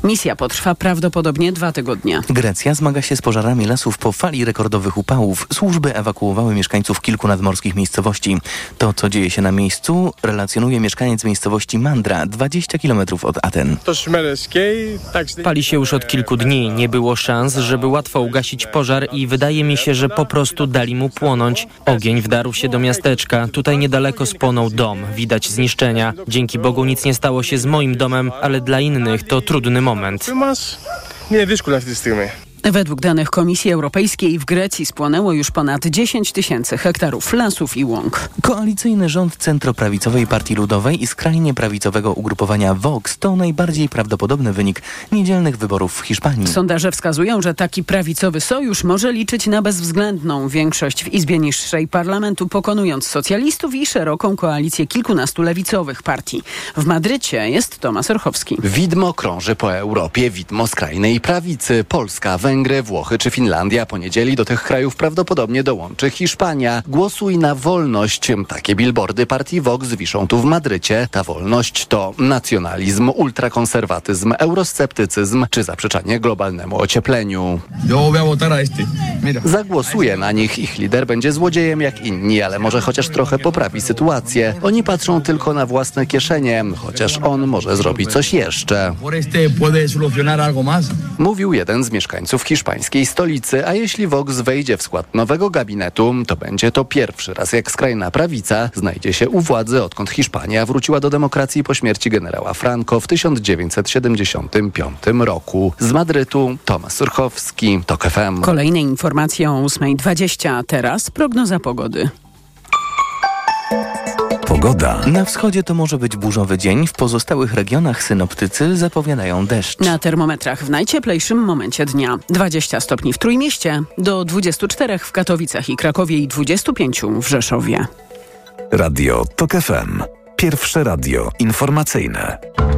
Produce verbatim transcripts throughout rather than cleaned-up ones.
Misja potrwa prawdopodobnie dwa tygodnie. Grecja zmaga się z pożarami lasów po fali rekordowych upałów. Służby ewakuowały mieszkańców kilku nadmorskich miejscowości. To, co dzieje się na miejscu, relacjonuje mieszkaniec miejscowości Mandra, dwadzieścia kilometrów od Aten. Pali się już od kilku dni. Nie było szans, żeby łatwo ugasić pożar i wydaje mi się, że po prostu dali mu płonąć. Ogień wdarł się do miasteczka. Tutaj niedaleko spłonął dom. Widać zniszczenia. Dzięki Bogu nic nie stało się z moim domem, ale dla innych to trudny moment. Według danych Komisji Europejskiej w Grecji spłonęło już ponad dziesięć tysięcy hektarów lasów i łąk. Koalicyjny rząd centroprawicowej Partii Ludowej i skrajnie prawicowego ugrupowania Vox to najbardziej prawdopodobny wynik niedzielnych wyborów w Hiszpanii. Sondaże wskazują, że taki prawicowy sojusz może liczyć na bezwzględną większość w Izbie Niższej Parlamentu, pokonując socjalistów i szeroką koalicję kilkunastu lewicowych partii. W Madrycie jest Tomasz Orchowski. Widmo krąży po Europie, widmo skrajnej prawicy. Polska, Węgry, Włochy czy Finlandia. Po niedzieli do tych krajów prawdopodobnie dołączy Hiszpania. Głosuj na wolność. Takie billboardy partii Vox wiszą tu w Madrycie. Ta wolność to nacjonalizm, ultrakonserwatyzm, eurosceptycyzm czy zaprzeczanie globalnemu ociepleniu. Zagłosuje na nich. Ich lider będzie złodziejem jak inni, ale może chociaż trochę poprawi sytuację. Oni patrzą tylko na własne kieszenie, chociaż on może zrobić coś jeszcze. Mówił jeden z mieszkańców hiszpańskiej stolicy, a jeśli Vox wejdzie w skład nowego gabinetu, to będzie to pierwszy raz, jak skrajna prawica znajdzie się u władzy, odkąd Hiszpania wróciła do demokracji po śmierci generała Franco w tysiąc dziewięćset siedemdziesiątym piątym roku. Z Madrytu Tomasz Surchowski, TOK F M. Kolejne informacje o ósma dwadzieścia, a teraz prognoza pogody. Pogoda. Na wschodzie to może być burzowy dzień, w pozostałych regionach synoptycy zapowiadają deszcz. Na termometrach w najcieplejszym momencie dnia dwadzieścia stopni w Trójmieście, do dwudziestu czterech w Katowicach i Krakowie i dwudziestu pięciu w Rzeszowie. Radio TOK F M. Pierwsze radio informacyjne.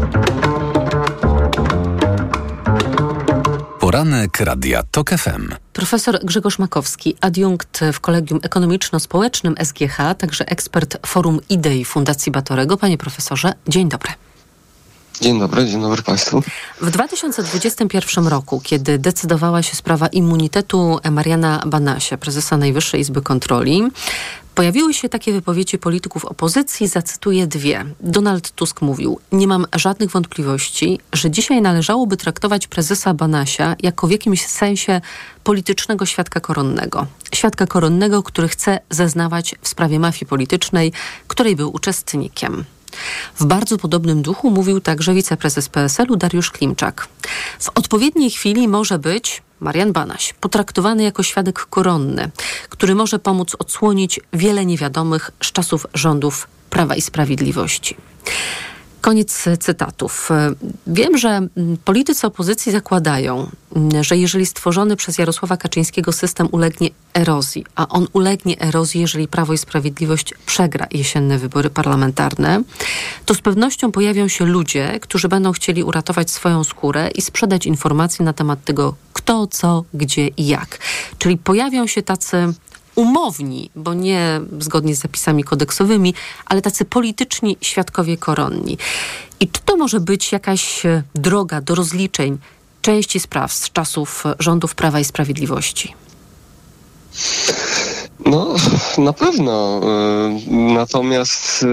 Poranek Radia TOK F M. Profesor Grzegorz Makowski, adiunkt w Kolegium Ekonomiczno-Społecznym S G H, także ekspert Forum Idei Fundacji Batorego. Panie profesorze, dzień dobry. Dzień dobry, dzień dobry Państwu. W dwa tysiące dwudziestym pierwszym roku, kiedy decydowała się sprawa immunitetu Mariana Banasia, prezesa Najwyższej Izby Kontroli, pojawiły się takie wypowiedzi polityków opozycji, zacytuję dwie. Donald Tusk mówił: nie mam żadnych wątpliwości, że dzisiaj należałoby traktować prezesa Banasia jako w jakimś sensie politycznego świadka koronnego. Świadka koronnego, który chce zeznawać w sprawie mafii politycznej, której był uczestnikiem. W bardzo podobnym duchu mówił także wiceprezes P S L-u Dariusz Klimczak. W odpowiedniej chwili może być Marian Banaś potraktowany jako świadek koronny, który może pomóc odsłonić wiele niewiadomych z czasów rządów Prawa i Sprawiedliwości. Koniec cytatów. Wiem, że politycy opozycji zakładają, że jeżeli stworzony przez Jarosława Kaczyńskiego system ulegnie erozji, a on ulegnie erozji, jeżeli Prawo i Sprawiedliwość przegra jesienne wybory parlamentarne, to z pewnością pojawią się ludzie, którzy będą chcieli uratować swoją skórę i sprzedać informacje na temat tego, kto, co, gdzie i jak. Czyli pojawią się tacy umowni, bo nie zgodnie z zapisami kodeksowymi, ale tacy polityczni świadkowie koronni. I czy to może być jakaś droga do rozliczeń części spraw z czasów rządów Prawa i Sprawiedliwości? No, na pewno. Natomiast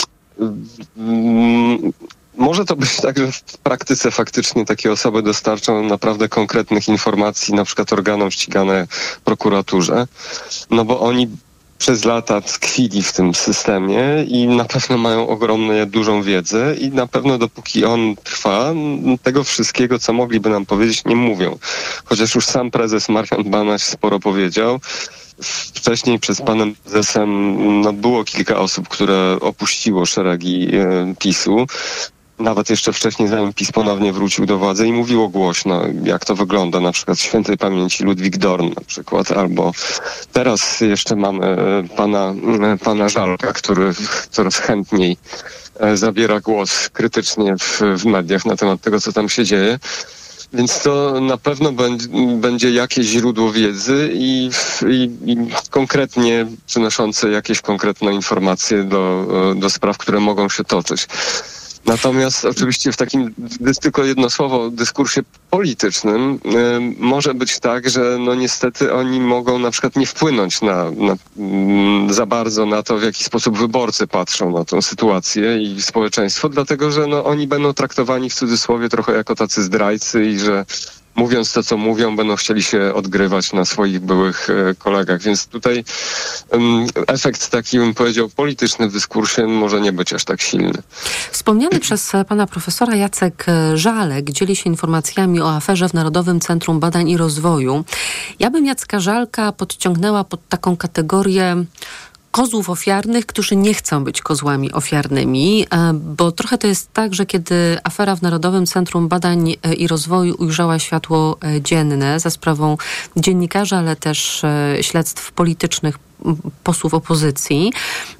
może to być tak, że w praktyce faktycznie takie osoby dostarczą naprawdę konkretnych informacji, na przykład organom ścigane prokuraturze, no bo oni przez lata tkwili w tym systemie i na pewno mają ogromną, dużą wiedzę i na pewno dopóki on trwa, tego wszystkiego, co mogliby nam powiedzieć, nie mówią. Chociaż już sam prezes Marian Banaś sporo powiedział. Wcześniej przez panem prezesem no, było kilka osób, które opuściło szeregi e, PiS-u. Nawet jeszcze wcześniej, zanim PiS ponownie wrócił do władzy i mówiło głośno, jak to wygląda, na przykład świętej pamięci Ludwik Dorn na przykład, albo teraz jeszcze mamy pana, pana Żalka, który coraz chętniej zabiera głos krytycznie w, w mediach na temat tego, co tam się dzieje. Więc to na pewno będzie, będzie jakieś źródło wiedzy i, i, i konkretnie przynoszące jakieś konkretne informacje do, do spraw, które mogą się toczyć. Natomiast oczywiście w takim tylko jedno słowo dyskursie politycznym y, może być tak, że no niestety oni mogą na przykład nie wpłynąć na, na, y, za bardzo na to, w jaki sposób wyborcy patrzą na tę sytuację i społeczeństwo, dlatego że no, oni będą traktowani w cudzysłowie trochę jako tacy zdrajcy i że mówiąc to, co mówią, będą chcieli się odgrywać na swoich byłych e, kolegach. Więc tutaj um, efekt taki, bym powiedział, polityczny w dyskursie może nie być aż tak silny. Wspomniany przez pana profesora Jacek Żalek dzieli się informacjami o aferze w Narodowym Centrum Badań i Rozwoju. Ja bym Jacka Żalka podciągnęła pod taką kategorię kozłów ofiarnych, którzy nie chcą być kozłami ofiarnymi, bo trochę to jest tak, że kiedy afera w Narodowym Centrum Badań i Rozwoju ujrzała światło dzienne za sprawą dziennikarzy, ale też śledztw politycznych posłów opozycji,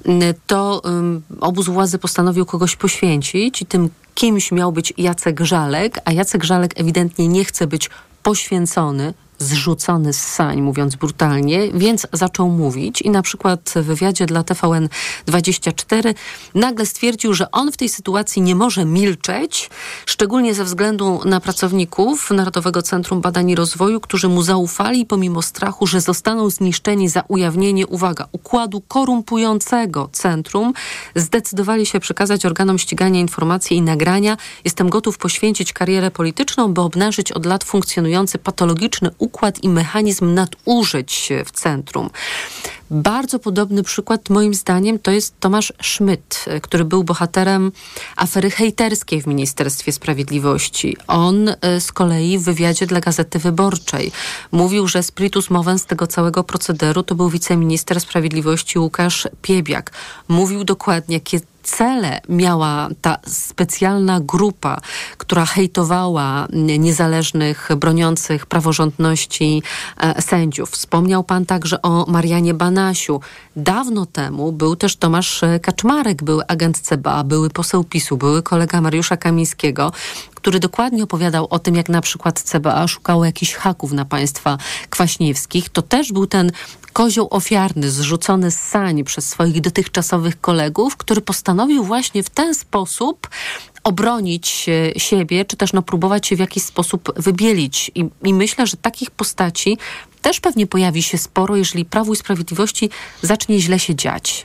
to um, obóz władzy postanowił kogoś poświęcić i tym kimś miał być Jacek Żalek, a Jacek Żalek ewidentnie nie chce być poświęcony, zrzucony z sań, mówiąc brutalnie, więc zaczął mówić i na przykład w wywiadzie dla T V N dwadzieścia cztery nagle stwierdził, że on w tej sytuacji nie może milczeć, szczególnie ze względu na pracowników Narodowego Centrum Badań i Rozwoju, którzy mu zaufali pomimo strachu, że zostaną zniszczeni za ujawnienie, uwaga, układu korumpującego centrum, zdecydowali się przekazać organom ścigania informacje i nagrania. Jestem gotów poświęcić karierę polityczną, by obnażyć od lat funkcjonujący patologiczny układ i mechanizm nadużyć w centrum. Bardzo podobny przykład moim zdaniem to jest Tomasz Szmyt, który był bohaterem afery hejterskiej w Ministerstwie Sprawiedliwości. On z kolei w wywiadzie dla Gazety Wyborczej mówił, że spiritus movens tego całego procederu to był wiceminister sprawiedliwości Łukasz Piebiak. Mówił dokładnie, jakie cele miała ta specjalna grupa, która hejtowała niezależnych, broniących praworządności e, sędziów. Wspomniał pan także o Marianie Banasiu. Dawno temu był też Tomasz Kaczmarek, były agent C B A, były poseł PiSu, były kolega Mariusza Kamińskiego, który dokładnie opowiadał o tym, jak na przykład C B A szukało jakichś haków na państwa kwaśniewskich. To też był ten kozioł ofiarny, zrzucony z sań przez swoich dotychczasowych kolegów, który postanowił właśnie w ten sposób obronić siebie, czy też no, próbować się w jakiś sposób wybielić. I, I myślę, że takich postaci też pewnie pojawi się sporo, jeżeli Prawu i Sprawiedliwości zacznie źle się dziać.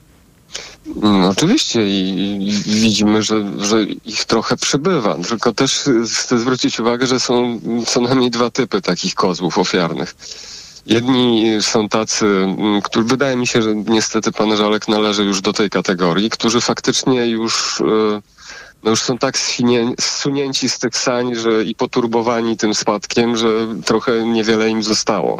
No, oczywiście i, i widzimy, że, że ich trochę przybywa. Tylko też chcę zwrócić uwagę, że są co najmniej dwa typy takich kozłów ofiarnych. Jedni są tacy, którzy wydaje mi się, że niestety pan Żalek należy już do tej kategorii, którzy faktycznie już, no już są tak zsunie, zsunięci z tych sań, że i poturbowani tym spadkiem, że trochę niewiele im zostało.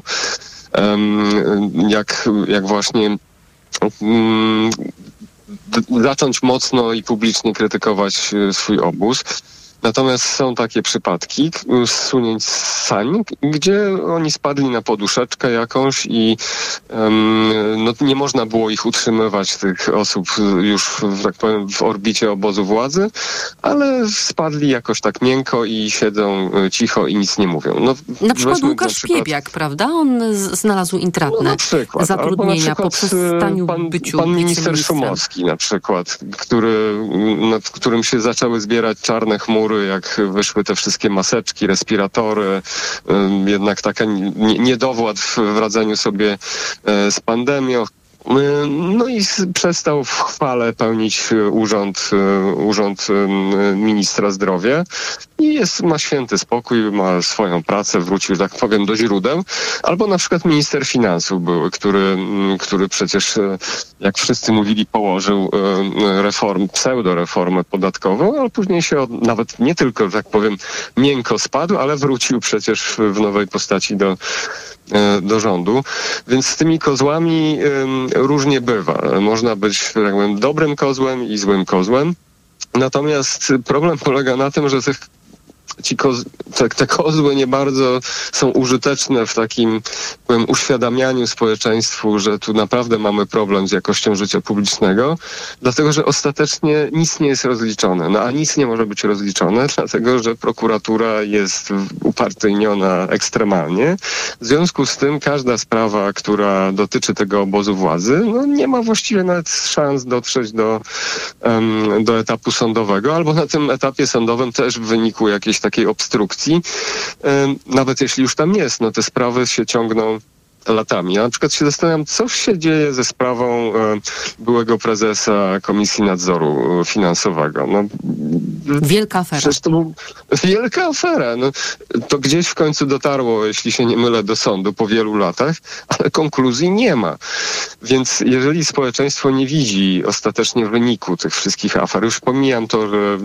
Jak, jak właśnie um, zacząć mocno i publicznie krytykować swój obóz. Natomiast są takie przypadki zsunięć z sań, gdzie oni spadli na poduszeczkę jakąś i um, no, nie można było ich utrzymywać, tych osób już, tak powiem, w orbicie obozu władzy, ale spadli jakoś tak miękko i siedzą cicho i nic nie mówią. No, na przykład Łukasz na przykład, Piebiak, prawda? On z- znalazł intratne no, na przykład, zatrudnienia na przykład, po przestaniu pan, byciu pan minister Szumowski na przykład, który, no, w którym się zaczęły zbierać czarne chmury, jak wyszły te wszystkie maseczki, respiratory, jednak taka niedowład w radzeniu sobie z pandemią. No i przestał w chwale pełnić urząd, urząd ministra zdrowia i jest, ma święty spokój, ma swoją pracę, wrócił, że tak powiem, do źródeł. Albo na przykład minister finansów był, który, który przecież, jak wszyscy mówili, położył reform, pseudoreformę podatkową, ale później się od, nawet nie tylko, że tak powiem, miękko spadł, ale wrócił przecież w nowej postaci do, do rządu. Więc z tymi kozłami różnie bywa. Można być, tak powiem, dobrym kozłem i złym kozłem. Natomiast problem polega na tym, że tych ci koz, te, te kozły nie bardzo są użyteczne w takim, powiem, uświadamianiu społeczeństwu, że tu naprawdę mamy problem z jakością życia publicznego, dlatego że ostatecznie nic nie jest rozliczone. No a nic nie może być rozliczone, dlatego że prokuratura jest upartyjniona ekstremalnie. W związku z tym każda sprawa, która dotyczy tego obozu władzy, no nie ma właściwie nawet szans dotrzeć do, um, do etapu sądowego, albo na tym etapie sądowym też w wyniku jakiejś takiej obstrukcji, um, nawet jeśli już tam jest, no te sprawy się ciągną latami. Ja na przykład się zastanawiam, co się dzieje ze sprawą e, byłego prezesa Komisji Nadzoru Finansowego. No, wielka afera. Przecież to był wielka afera. No, to gdzieś w końcu dotarło, jeśli się nie mylę, do sądu po wielu latach, ale konkluzji nie ma. Więc jeżeli społeczeństwo nie widzi ostatecznie wyniku tych wszystkich afer, już pomijam to, że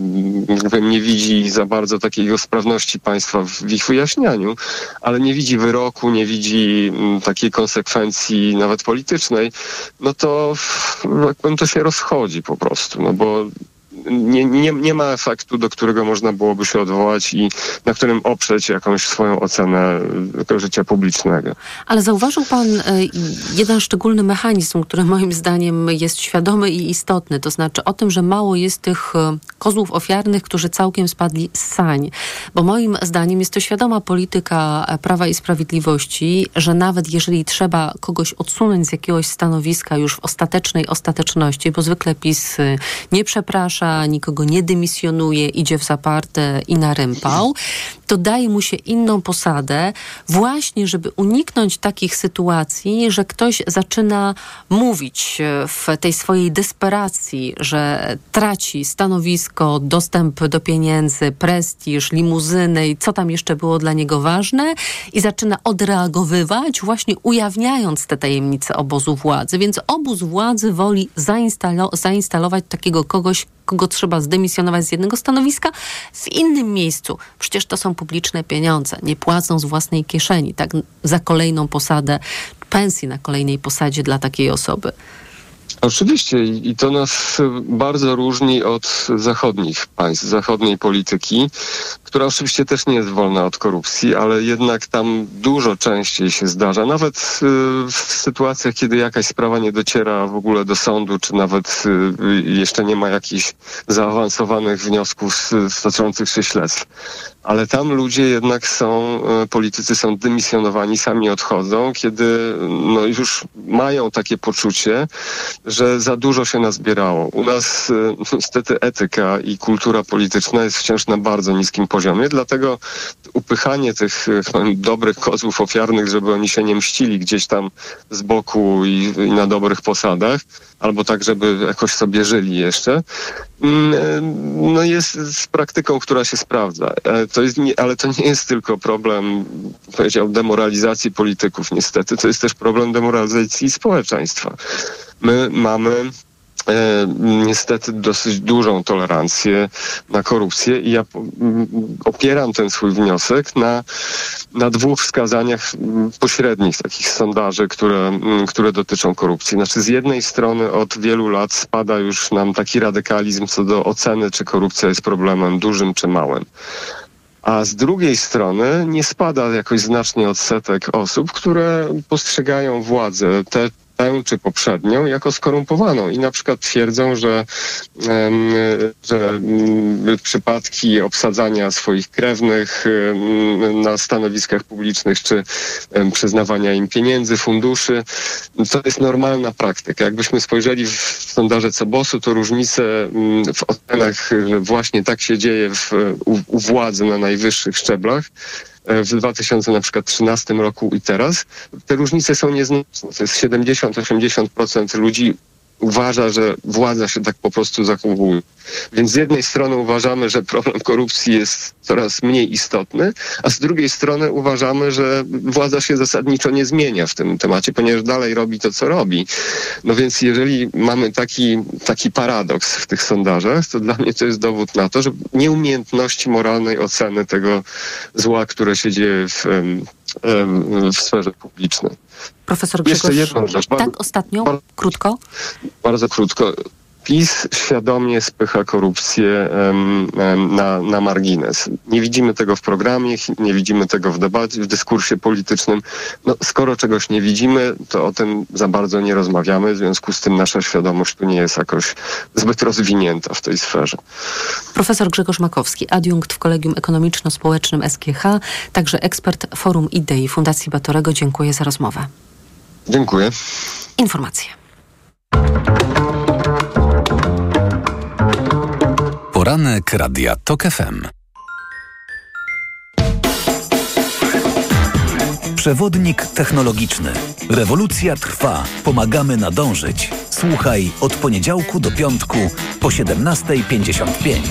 mm, nie widzi za bardzo takiej sprawności państwa w, w ich wyjaśnianiu, ale nie widzi wyroku, nie widzi takiej konsekwencji nawet politycznej, no to jak powiem, to się rozchodzi po prostu, no bo nie, nie, nie ma efektu, do którego można byłoby się odwołać i na którym oprzeć jakąś swoją ocenę życia publicznego. Ale zauważył pan jeden szczególny mechanizm, który moim zdaniem jest świadomy i istotny, to znaczy o tym, że mało jest tych kozłów ofiarnych, którzy całkiem spadli z sań. Bo moim zdaniem jest to świadoma polityka Prawa i Sprawiedliwości, że nawet jeżeli trzeba kogoś odsunąć z jakiegoś stanowiska już w ostatecznej ostateczności, bo zwykle PiS nie przeprasza, nikogo nie dymisjonuje, idzie w zaparte i na rympał, to daje mu się inną posadę właśnie, żeby uniknąć takich sytuacji, że ktoś zaczyna mówić w tej swojej desperacji, że traci stanowisko, dostęp do pieniędzy, prestiż, limuzyny i co tam jeszcze było dla niego ważne i zaczyna odreagowywać, właśnie ujawniając te tajemnice obozu władzy. Więc obóz władzy woli zainstalo- zainstalować takiego kogoś, kogo trzeba zdymisjonować z jednego stanowiska w innym miejscu. Przecież to są publiczne pieniądze. Nie płacą z własnej kieszeni, tak, za kolejną posadę, pensji na kolejnej posadzie dla takiej osoby. Oczywiście i to nas bardzo różni od zachodnich państw, zachodniej polityki, która oczywiście też nie jest wolna od korupcji, ale jednak tam dużo częściej się zdarza, nawet w sytuacjach, kiedy jakaś sprawa nie dociera w ogóle do sądu, czy nawet jeszcze nie ma jakichś zaawansowanych wniosków toczących się śledztw. Ale tam ludzie jednak są, politycy są dymisjonowani, sami odchodzą, kiedy no, już mają takie poczucie, że za dużo się nazbierało. U nas niestety etyka i kultura polityczna jest wciąż na bardzo niskim poziomie, dlatego upychanie tych powiem, dobrych kozłów ofiarnych, żeby oni się nie mścili gdzieś tam z boku i, i na dobrych posadach, albo tak, żeby jakoś sobie żyli jeszcze, no jest z praktyką, która się sprawdza. To jest, ale to nie jest tylko problem, powiedział, demoralizacji polityków niestety, to jest też problem demoralizacji społeczeństwa. My mamy E, niestety dosyć dużą tolerancję na korupcję i ja po, m, opieram ten swój wniosek na, na dwóch wskazaniach m, pośrednich takich sondaży, które, m, które dotyczą korupcji. Znaczy z jednej strony od wielu lat spada już nam taki radykalizm co do oceny, czy korupcja jest problemem dużym czy małym. A z drugiej strony nie spada jakoś znacznie odsetek osób, które postrzegają władzę, te tę czy poprzednią, jako skorumpowaną i na przykład twierdzą, że, um, że um, przypadki obsadzania swoich krewnych um, na stanowiskach publicznych czy um, przyznawania im pieniędzy, funduszy, to jest normalna praktyka. Jakbyśmy spojrzeli w sondaże CBOS-u, to różnice um, w ocenach, że właśnie tak się dzieje w, u, u władzy na najwyższych szczeblach, w dwa tysiące trzynastym roku i teraz, te różnice są nieznaczne. To jest siedemdziesiąt do osiemdziesięciu procent ludzi uważa, że władza się tak po prostu zachowuje. Więc z jednej strony uważamy, że problem korupcji jest coraz mniej istotny, a z drugiej strony uważamy, że władza się zasadniczo nie zmienia w tym temacie, ponieważ dalej robi to, co robi. No więc jeżeli mamy taki, taki paradoks w tych sondażach, to dla mnie to jest dowód na to, że nieumiejętności moralnej oceny tego zła, które się dzieje w, w sferze publicznej. Profesor Grzegorz, jeszcze jedną rzecz. Tak, ostatnią, bardzo, krótko. Bardzo krótko. PiS świadomie spycha korupcję um, um, na, na margines. Nie widzimy tego w programie, nie widzimy tego w debacie, w dyskursie politycznym. No, skoro czegoś nie widzimy, to o tym za bardzo nie rozmawiamy, w związku z tym nasza świadomość tu nie jest jakoś zbyt rozwinięta w tej sferze. Profesor Grzegorz Makowski, adiunkt w Kolegium Ekonomiczno-Społecznym S G H, także ekspert Forum Idei Fundacji Batorego. Dziękuję za rozmowę. Dziękuję. Informacje. Poranek Radia Tok F M. Przewodnik technologiczny. Rewolucja trwa. Pomagamy nadążyć. Słuchaj od poniedziałku do piątku po siedemnasta pięćdziesiąt pięć.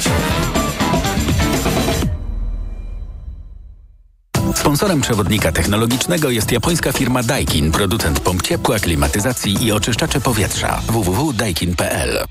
Sponsorem przewodnika technologicznego jest japońska firma Daikin, producent pomp ciepła, klimatyzacji i oczyszczaczy powietrza. w w w kropka daikin kropka p l.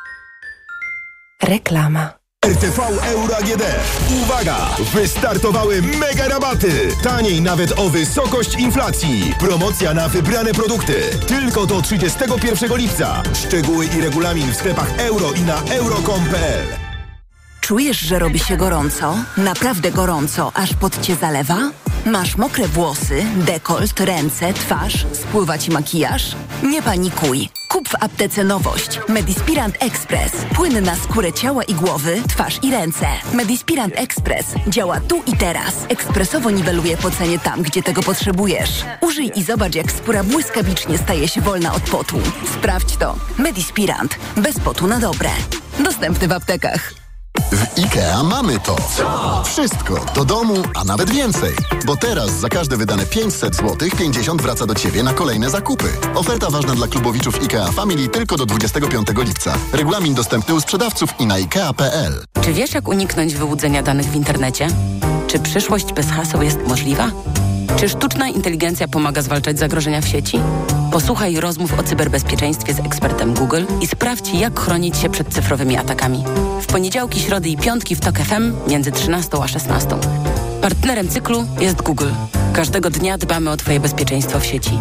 Reklama. R T V Euro A G D. Uwaga! Wystartowały mega rabaty! Taniej nawet o wysokość inflacji. Promocja na wybrane produkty. Tylko do trzydziestego pierwszego lipca. Szczegóły i regulamin w sklepach euro i na euro kropka com kropka p l. Czujesz, że robi się gorąco? Naprawdę gorąco, aż pot cię zalewa? Masz mokre włosy, dekolt, ręce, twarz, spływa ci makijaż? Nie panikuj. Kup w aptece nowość. Medispirant Express. Płyn na skórę ciała i głowy, twarz i ręce. Medispirant Express działa tu i teraz. Ekspresowo niweluje pocenie tam, gdzie tego potrzebujesz. Użyj i zobacz, jak skóra błyskawicznie staje się wolna od potu. Sprawdź to. Medispirant. Bez potu na dobre. Dostępny w aptekach. W IKEA mamy to. Co? Wszystko do domu, a nawet więcej. Bo teraz za każde wydane pięćset złotych pięćdziesiąt wraca do Ciebie na kolejne zakupy. Oferta ważna dla klubowiczów IKEA Family tylko do dwudziestego piątego lipca. Regulamin dostępny u sprzedawców i na ikea kropka p l. Czy wiesz, jak uniknąć wyłudzenia danych w internecie? Czy przyszłość bez haseł jest możliwa? Czy sztuczna inteligencja pomaga zwalczać zagrożenia w sieci? Posłuchaj rozmów o cyberbezpieczeństwie z ekspertem Google i sprawdź, jak chronić się przed cyfrowymi atakami. W poniedziałki, środy i piątki w Tok F M między trzynastą a szesnastą. Partnerem cyklu jest Google. Każdego dnia dbamy o Twoje bezpieczeństwo w sieci.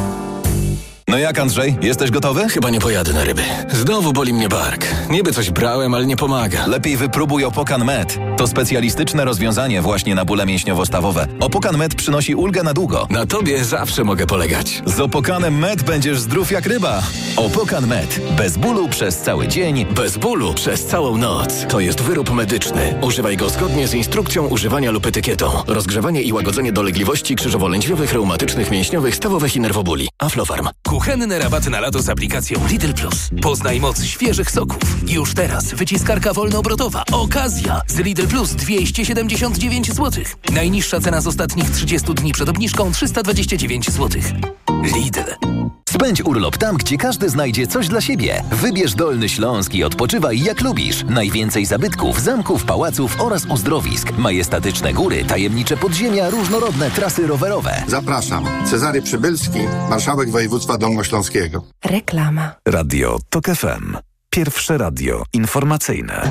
No jak, Andrzej? Jesteś gotowy? Chyba nie pojadę na ryby. Znowu boli mnie bark. Niby coś brałem, ale nie pomaga. Lepiej wypróbuj Opokan Med. To specjalistyczne rozwiązanie właśnie na bóle mięśniowo-stawowe. Opokan Med przynosi ulgę na długo. Na tobie zawsze mogę polegać. Z Opokanem Med będziesz zdrów jak ryba. Opokan Med. Bez bólu przez cały dzień. Bez bólu przez całą noc. To jest wyrób medyczny. Używaj go zgodnie z instrukcją używania lub etykietą. Rozgrzewanie i łagodzenie dolegliwości krzyżowo-lędźwiowych, reumatycznych, mięśniowych, stawowych i nerwobóli. Aflofarm. Kuchenne rabaty na lato z aplikacją Lidl Plus. Poznaj moc świeżych soków. Już teraz wyciskarka wolnoobrotowa. Okazja! Z Lidl Plus dwieście siedemdziesiąt dziewięć złotych. Najniższa cena z ostatnich trzydziestu dni przed obniżką trzysta dwadzieścia dziewięć złotych. Lidl. Spędź urlop tam, gdzie każdy znajdzie coś dla siebie. Wybierz Dolny Śląsk i odpoczywaj jak lubisz. Najwięcej zabytków, zamków, pałaców oraz uzdrowisk. Majestatyczne góry, tajemnicze podziemia, różnorodne trasy rowerowe. Zapraszam. Cezary Przybylski, marszałek województwa dolnośląskiego. Reklama. Radio Tok F M. Pierwsze radio informacyjne.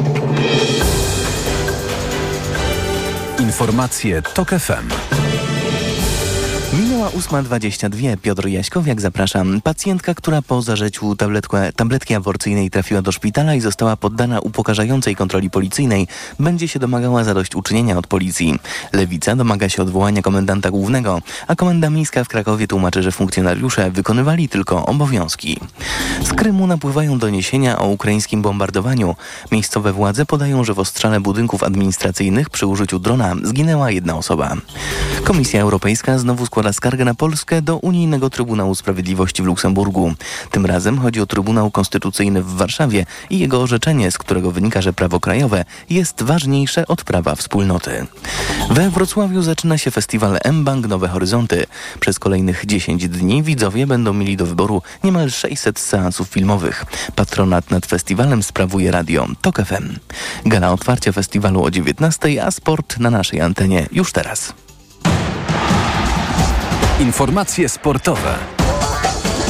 Informacje Tok F M. Minęła ósma dwadzieścia dwa. Piotr Jaśkowiak, zapraszam. Pacjentka, która po zażyciu tabletkę, tabletki aborcyjnej trafiła do szpitala i została poddana upokarzającej kontroli policyjnej, będzie się domagała zadośćuczynienia od policji. Lewica domaga się odwołania komendanta głównego, a Komenda Miejska w Krakowie tłumaczy, że funkcjonariusze wykonywali tylko obowiązki. Z Krymu napływają doniesienia o ukraińskim bombardowaniu. Miejscowe władze podają, że w ostrzale budynków administracyjnych przy użyciu drona zginęła jedna osoba. Komisja Europejska znowu składa skargę na Polskę do Unijnego Trybunału Sprawiedliwości w Luksemburgu. Tym razem chodzi o Trybunał Konstytucyjny w Warszawie i jego orzeczenie, z którego wynika, że prawo krajowe jest ważniejsze od prawa wspólnoty. We Wrocławiu zaczyna się festiwal mBank Nowe Horyzonty. Przez kolejnych dziesięć dni widzowie będą mieli do wyboru niemal sześćset seansów filmowych. Patronat nad festiwalem sprawuje radio Tok F M. Gala otwarcia festiwalu o dziewiętnastej, a sport na naszej antenie już teraz. Informacje sportowe.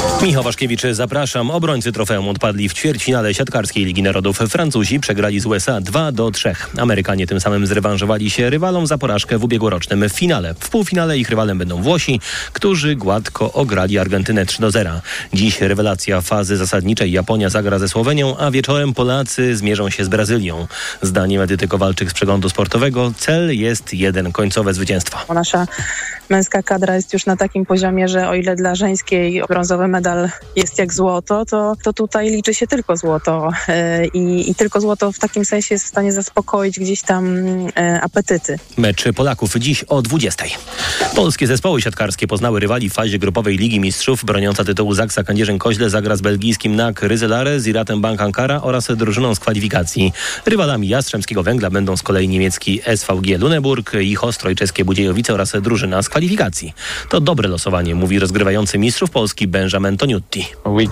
Michał Waszkiewicz, zapraszam. Obrońcy trofeum odpadli w ćwierćfinale siatkarskiej Ligi Narodów. Francuzi przegrali z U S A dwa do trzech. Amerykanie tym samym zrewanżowali się rywalom za porażkę w ubiegłorocznym finale. W półfinale ich rywalem będą Włosi, którzy gładko ograli Argentynę trzy do zera. Dziś rewelacja fazy zasadniczej. Japonia zagra ze Słowenią, a wieczorem Polacy zmierzą się z Brazylią. Zdaniem Edyty Kowalczyk z Przeglądu Sportowego cel jest jeden, końcowe zwycięstwo. Nasza męska kadra jest już na takim poziomie, że o ile dla żeńskiej brązowy medal jest jak złoto, to, to tutaj liczy się tylko złoto yy, i, i tylko złoto w takim sensie jest w stanie zaspokoić gdzieś tam yy, apetyty. Mecz Polaków dziś o dwudziestej. Polskie zespoły siatkarskie poznały rywali w fazie grupowej Ligi Mistrzów. Broniąca tytułu Zaksa Kędzierzyn-Koźle zagra z belgijskim N A K Ryzelare, z Iratem Bank Ankara oraz drużyną z kwalifikacji. Rywalami Jastrzębskiego Węgla będą z kolei niemiecki S V G Luneburg, ich Ostroj czeskie Budziejowice oraz drużyna z kwalifikacji. To dobre losowanie, mówi rozgrywający mistrzów Polski Benjamin Toniutti.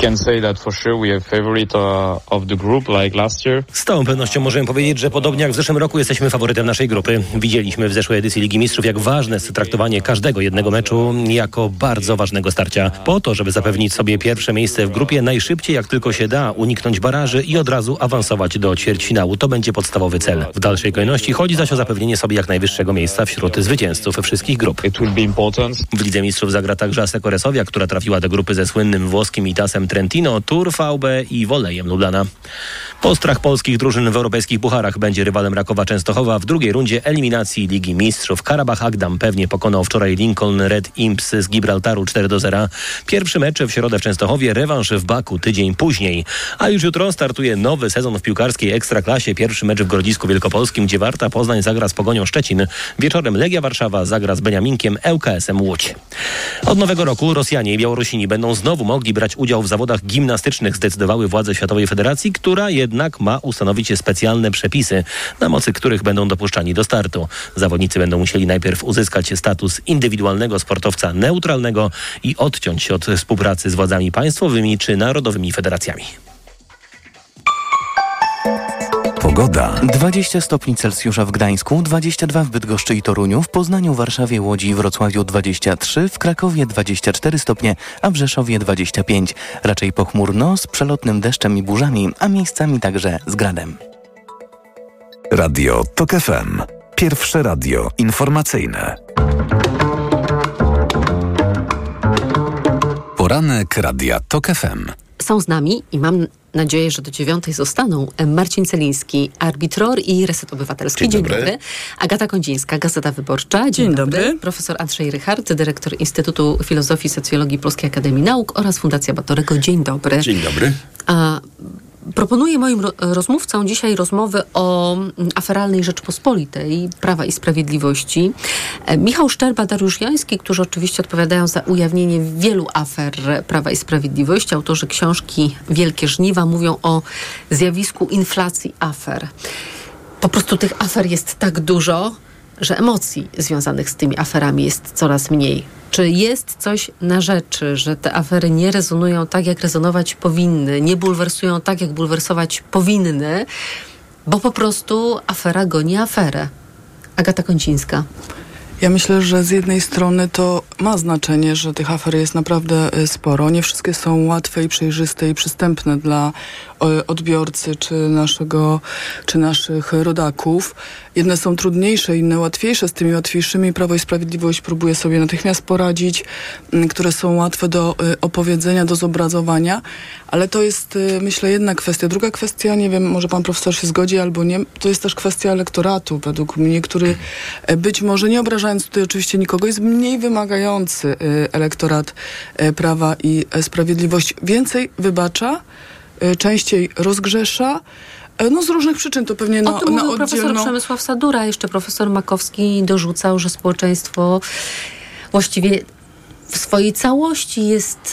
Z całą pewnością możemy powiedzieć, że podobnie jak w zeszłym roku jesteśmy faworytem naszej grupy. Widzieliśmy w zeszłej edycji Ligi Mistrzów, jak ważne jest traktowanie każdego jednego meczu jako bardzo ważnego starcia. Po to, żeby zapewnić sobie pierwsze miejsce w grupie najszybciej jak tylko się da, uniknąć baraży i od razu awansować do ćwierćfinału. To będzie podstawowy cel. W dalszej kolejności chodzi zaś o zapewnienie sobie jak najwyższego miejsca wśród zwycięzców wszystkich grup. W Lidze Mistrzów zagra także Asseco Resovia, która trafiła do grupy ze słynnym włoskim Itasem Trentino, Tur V B i Wolejem Lublana. Postrach polskich drużyn w europejskich pucharach będzie rywalem Rakowa Częstochowa w drugiej rundzie eliminacji Ligi Mistrzów. Karabach Agdam pewnie pokonał wczoraj Lincoln Red Imps z Gibraltaru cztery do zera. Pierwszy mecz w środę w Częstochowie, rewanż w Baku tydzień później. A już jutro startuje nowy sezon w piłkarskiej Ekstraklasie. Pierwszy mecz w Grodzisku Wielkopolskim, gdzie Warta Poznań zagra z Pogonią Szczecin. Wieczorem Legia Warszawa zagra z Beniaminkiem L K S-em Łódź. Od nowego roku Rosjanie i Białorusini będą znowu mogli brać udział w zawodach gimnastycznych, zdecydowały władze Światowej Federacji, która jednak ma ustanowić specjalne przepisy, na mocy których będą dopuszczani do startu. Zawodnicy będą musieli najpierw uzyskać status indywidualnego sportowca neutralnego i odciąć się od współpracy z władzami państwowymi czy narodowymi federacjami. Pogoda. dwadzieścia stopni Celsjusza w Gdańsku, dwadzieścia dwa w Bydgoszczy i Toruniu, w Poznaniu, Warszawie, Łodzi i Wrocławiu dwadzieścia trzy, w Krakowie dwadzieścia cztery stopnie, a w Rzeszowie dwadzieścia pięć. Raczej pochmurno, z przelotnym deszczem i burzami, a miejscami także z gradem. Radio TOK F M. Pierwsze radio informacyjne. Poranek Radia TOK F M. Są z nami i mam nadzieję, że do dziewiątej zostaną Marcin Celiński, Arbitror i Reset Obywatelski. Dzień, Dzień dobry. dobry. Agata Kondzińska, Gazeta Wyborcza. Dzień, Dzień dobry. dobry. Profesor Andrzej Rychard, dyrektor Instytutu Filozofii i Socjologii Polskiej Akademii Nauk oraz Fundacja Batorego. Dzień dobry. Dzień dobry. A, proponuję moim ro- rozmówcom dzisiaj rozmowę o aferalnej Rzeczpospolitej, Prawa i Sprawiedliwości. E, Michał Szczerba, Dariusz Joński, którzy oczywiście odpowiadają za ujawnienie wielu afer Prawa i Sprawiedliwości. Autorzy książki Wielkie Żniwa mówią o zjawisku inflacji afer. Po prostu tych afer jest tak dużo, że emocji związanych z tymi aferami jest coraz mniej. Czy jest coś na rzeczy, że te afery nie rezonują tak, jak rezonować powinny, nie bulwersują tak, jak bulwersować powinny, bo po prostu afera goni aferę? Agata Kondzińska. Ja myślę, że z jednej strony to ma znaczenie, że tych afer jest naprawdę sporo. Nie wszystkie są łatwe i przejrzyste i przystępne dla odbiorcy czy naszego, czy naszych rodaków. Jedne są trudniejsze, inne łatwiejsze. Z tymi łatwiejszymi Prawo i Sprawiedliwość próbuje sobie natychmiast poradzić, które są łatwe do opowiedzenia, do zobrazowania, ale to jest, myślę, jedna kwestia. Druga kwestia, nie wiem, może pan profesor się zgodzi albo nie, to jest też kwestia elektoratu, według mnie, który być może, nie obrażając tutaj oczywiście nikogo, jest mniej wymagający elektorat Prawa i Sprawiedliwości. Więcej wybacza, częściej rozgrzesza, no z różnych przyczyn, to pewnie na, o tym na mówił oddzielną... profesor Przemysław Sadura, jeszcze profesor Makowski dorzucał, że społeczeństwo właściwie w swojej całości jest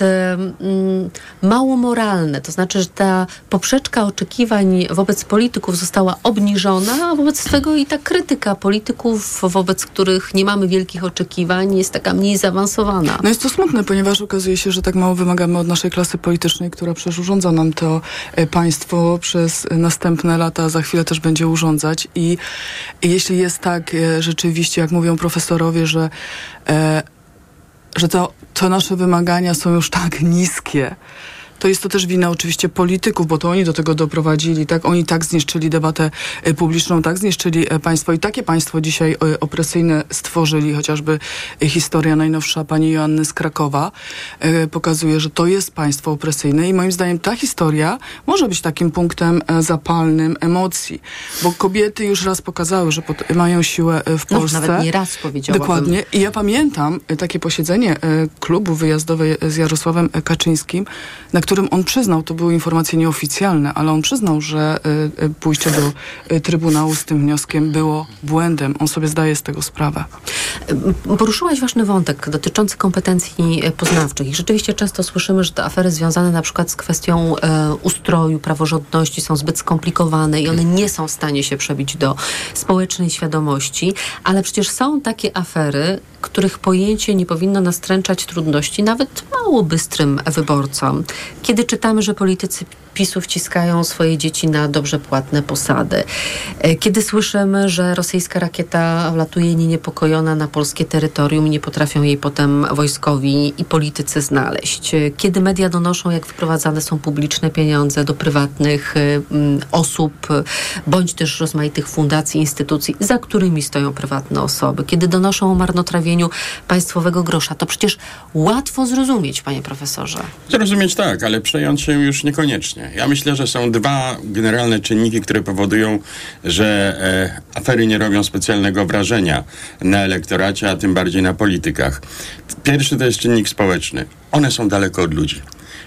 um, mało moralne. To znaczy, że ta poprzeczka oczekiwań wobec polityków została obniżona, a wobec tego i ta krytyka polityków, wobec których nie mamy wielkich oczekiwań, jest taka mniej zaawansowana. No jest to smutne, ponieważ okazuje się, że tak mało wymagamy od naszej klasy politycznej, która przecież urządza nam to e, państwo przez następne lata, za chwilę też będzie urządzać. I, i jeśli jest tak e, rzeczywiście, jak mówią profesorowie, że e, że to, to nasze wymagania są już tak niskie. To jest to też wina oczywiście polityków, bo to oni do tego doprowadzili, tak? Oni tak zniszczyli debatę e, publiczną, tak zniszczyli e, państwo i takie państwo dzisiaj e, opresyjne stworzyli, chociażby e, historia najnowsza pani Joanny z Krakowa e, pokazuje, że to jest państwo opresyjne i moim zdaniem ta historia może być takim punktem e, zapalnym emocji, bo kobiety już raz pokazały, że pot- mają siłę e, w Polsce. No, nawet nie raz powiedziałabym. Dokładnie. I ja pamiętam e, takie posiedzenie e, klubu wyjazdowej z Jarosławem Kaczyńskim, na którym on przyznał, to były informacje nieoficjalne, ale on przyznał, że y, y, pójście do y, Trybunału z tym wnioskiem było błędem. On sobie zdaje z tego sprawę. Poruszyłaś ważny wątek dotyczący kompetencji poznawczych i rzeczywiście często słyszymy, że te afery związane na przykład z kwestią e, ustroju, praworządności są zbyt skomplikowane i one nie są w stanie się przebić do społecznej świadomości, ale przecież są takie afery, których pojęcie nie powinno nastręczać trudności nawet mało bystrym wyborcom. Kiedy czytamy, że politycy PiSu wciskają swoje dzieci na dobrze płatne posady. Kiedy słyszymy, że rosyjska rakieta wlatuje nieniepokojona na polskie terytorium i nie potrafią jej potem wojskowi i politycy znaleźć. Kiedy media donoszą, jak wyprowadzane są publiczne pieniądze do prywatnych mm, osób, bądź też rozmaitych fundacji, instytucji, za którymi stoją prywatne osoby. Kiedy donoszą o marnotrawieniu państwowego grosza. To przecież łatwo zrozumieć, panie profesorze. Zrozumieć tak, ale przejąć się już niekoniecznie. Ja myślę, że są dwa generalne czynniki, które powodują, że e, afery nie robią specjalnego wrażenia na elektoracie, a tym bardziej na politykach. Pierwszy to jest czynnik społeczny. One są daleko od ludzi.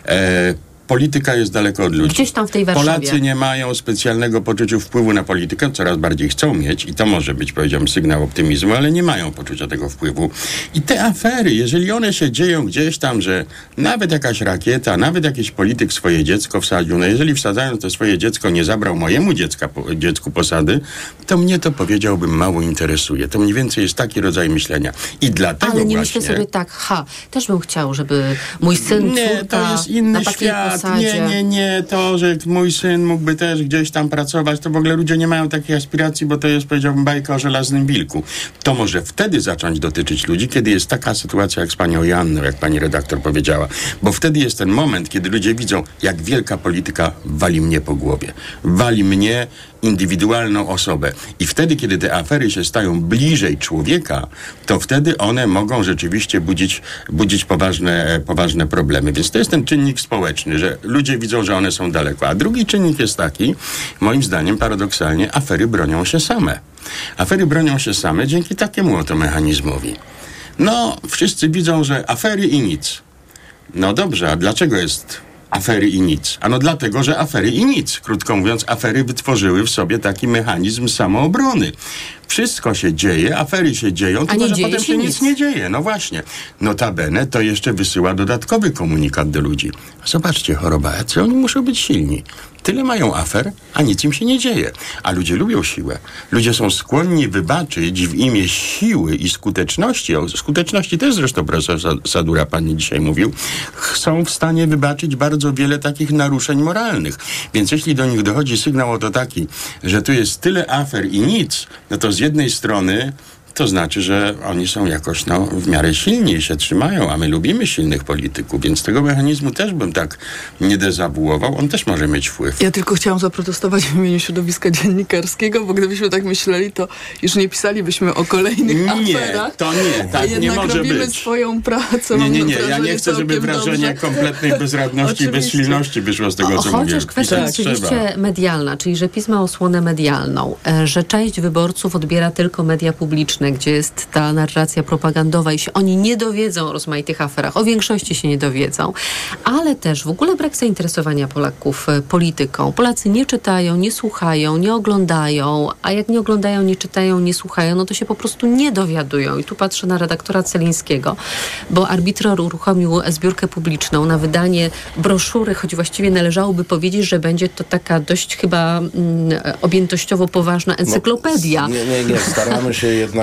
E, Polityka jest daleko od ludzi. Gdzieś tam w tej Warszawie. Polacy nie mają specjalnego poczucia wpływu na politykę, coraz bardziej chcą mieć i to może być, powiedziałbym, sygnał optymizmu, ale nie mają poczucia tego wpływu. I te afery, jeżeli one się dzieją gdzieś tam, że nawet jakaś rakieta, nawet jakiś polityk swoje dziecko wsadził, no jeżeli wsadzając to swoje dziecko nie zabrał mojemu dziecka, po, dziecku posady, to mnie to, powiedziałbym, mało interesuje. To mniej więcej jest taki rodzaj myślenia. I dlatego Ale nie właśnie... myślę sobie tak, ha, też bym chciał, żeby mój syn, nie, córka to jest inny na takiej świat. posadzie. Nie, nie, nie. To, że mój syn mógłby też gdzieś tam pracować, to w ogóle ludzie nie mają takiej aspiracji, bo to jest, powiedziałbym, bajka o żelaznym wilku. To może wtedy zacząć dotyczyć ludzi, kiedy jest taka sytuacja jak z panią Joanną, jak pani redaktor powiedziała. Bo wtedy jest ten moment, kiedy ludzie widzą, jak wielka polityka wali mnie po głowie. Wali mnie, indywidualną osobę. I wtedy, kiedy te afery się stają bliżej człowieka, to wtedy one mogą rzeczywiście budzić, budzić poważne, poważne problemy. Więc to jest ten czynnik społeczny, że ludzie widzą, że one są daleko. A drugi czynnik jest taki, moim zdaniem paradoksalnie, afery bronią się same. Afery bronią się same dzięki takiemu oto mechanizmowi. No, wszyscy widzą, że afery i nic. No dobrze, a dlaczego jest afery i nic? Ano dlatego, że afery i nic. Krótko mówiąc, afery wytworzyły w sobie taki mechanizm samoobrony. Wszystko się dzieje, afery się dzieją, tylko że potem się nic. nic nie dzieje. No właśnie. Notabene to jeszcze wysyła dodatkowy komunikat do ludzi. Zobaczcie, choroba, jacy oni muszą być silni. Tyle mają afer, a nic im się nie dzieje. A ludzie lubią siłę. Ludzie są skłonni wybaczyć w imię siły i skuteczności. O skuteczności też zresztą profesor Sadura pani dzisiaj mówił. Są w stanie wybaczyć bardzo wiele takich naruszeń moralnych. Więc jeśli do nich dochodzi sygnał oto taki, że tu jest tyle afer i nic, no to z jednej strony to znaczy, że oni są jakoś no, w miarę silni i się trzymają, a my lubimy silnych polityków, więc tego mechanizmu też bym tak nie dezawuował. On też może mieć wpływ. Ja tylko chciałam zaprotestować w imieniu środowiska dziennikarskiego, bo gdybyśmy tak myśleli, to już nie pisalibyśmy o kolejnych nie, aferach. To nie, tak a jednak nie może robimy być. swoją pracę. Nie, nie, nie. Ja nie chcę, żeby wrażenie dobrze. kompletnej bezradności i bezsilności wyszło z tego, o, co chociaż mówię. Chociaż kwestia tak, oczywiście trzeba. medialna, czyli że PiS ma osłonę medialną, że część wyborców odbiera tylko media publiczne, gdzie jest ta narracja propagandowa i się oni nie dowiedzą o rozmaitych aferach. O większości się nie dowiedzą. Ale też w ogóle brak zainteresowania Polaków polityką. Polacy nie czytają, nie słuchają, nie oglądają, a jak nie oglądają, nie czytają, nie słuchają, no to się po prostu nie dowiadują. I tu patrzę na redaktora Celińskiego, bo arbitror uruchomił zbiórkę publiczną na wydanie broszury, choć właściwie należałoby powiedzieć, że będzie to taka dość chyba mm, objętościowo poważna encyklopedia. No, nie, nie, nie. Staramy się jednak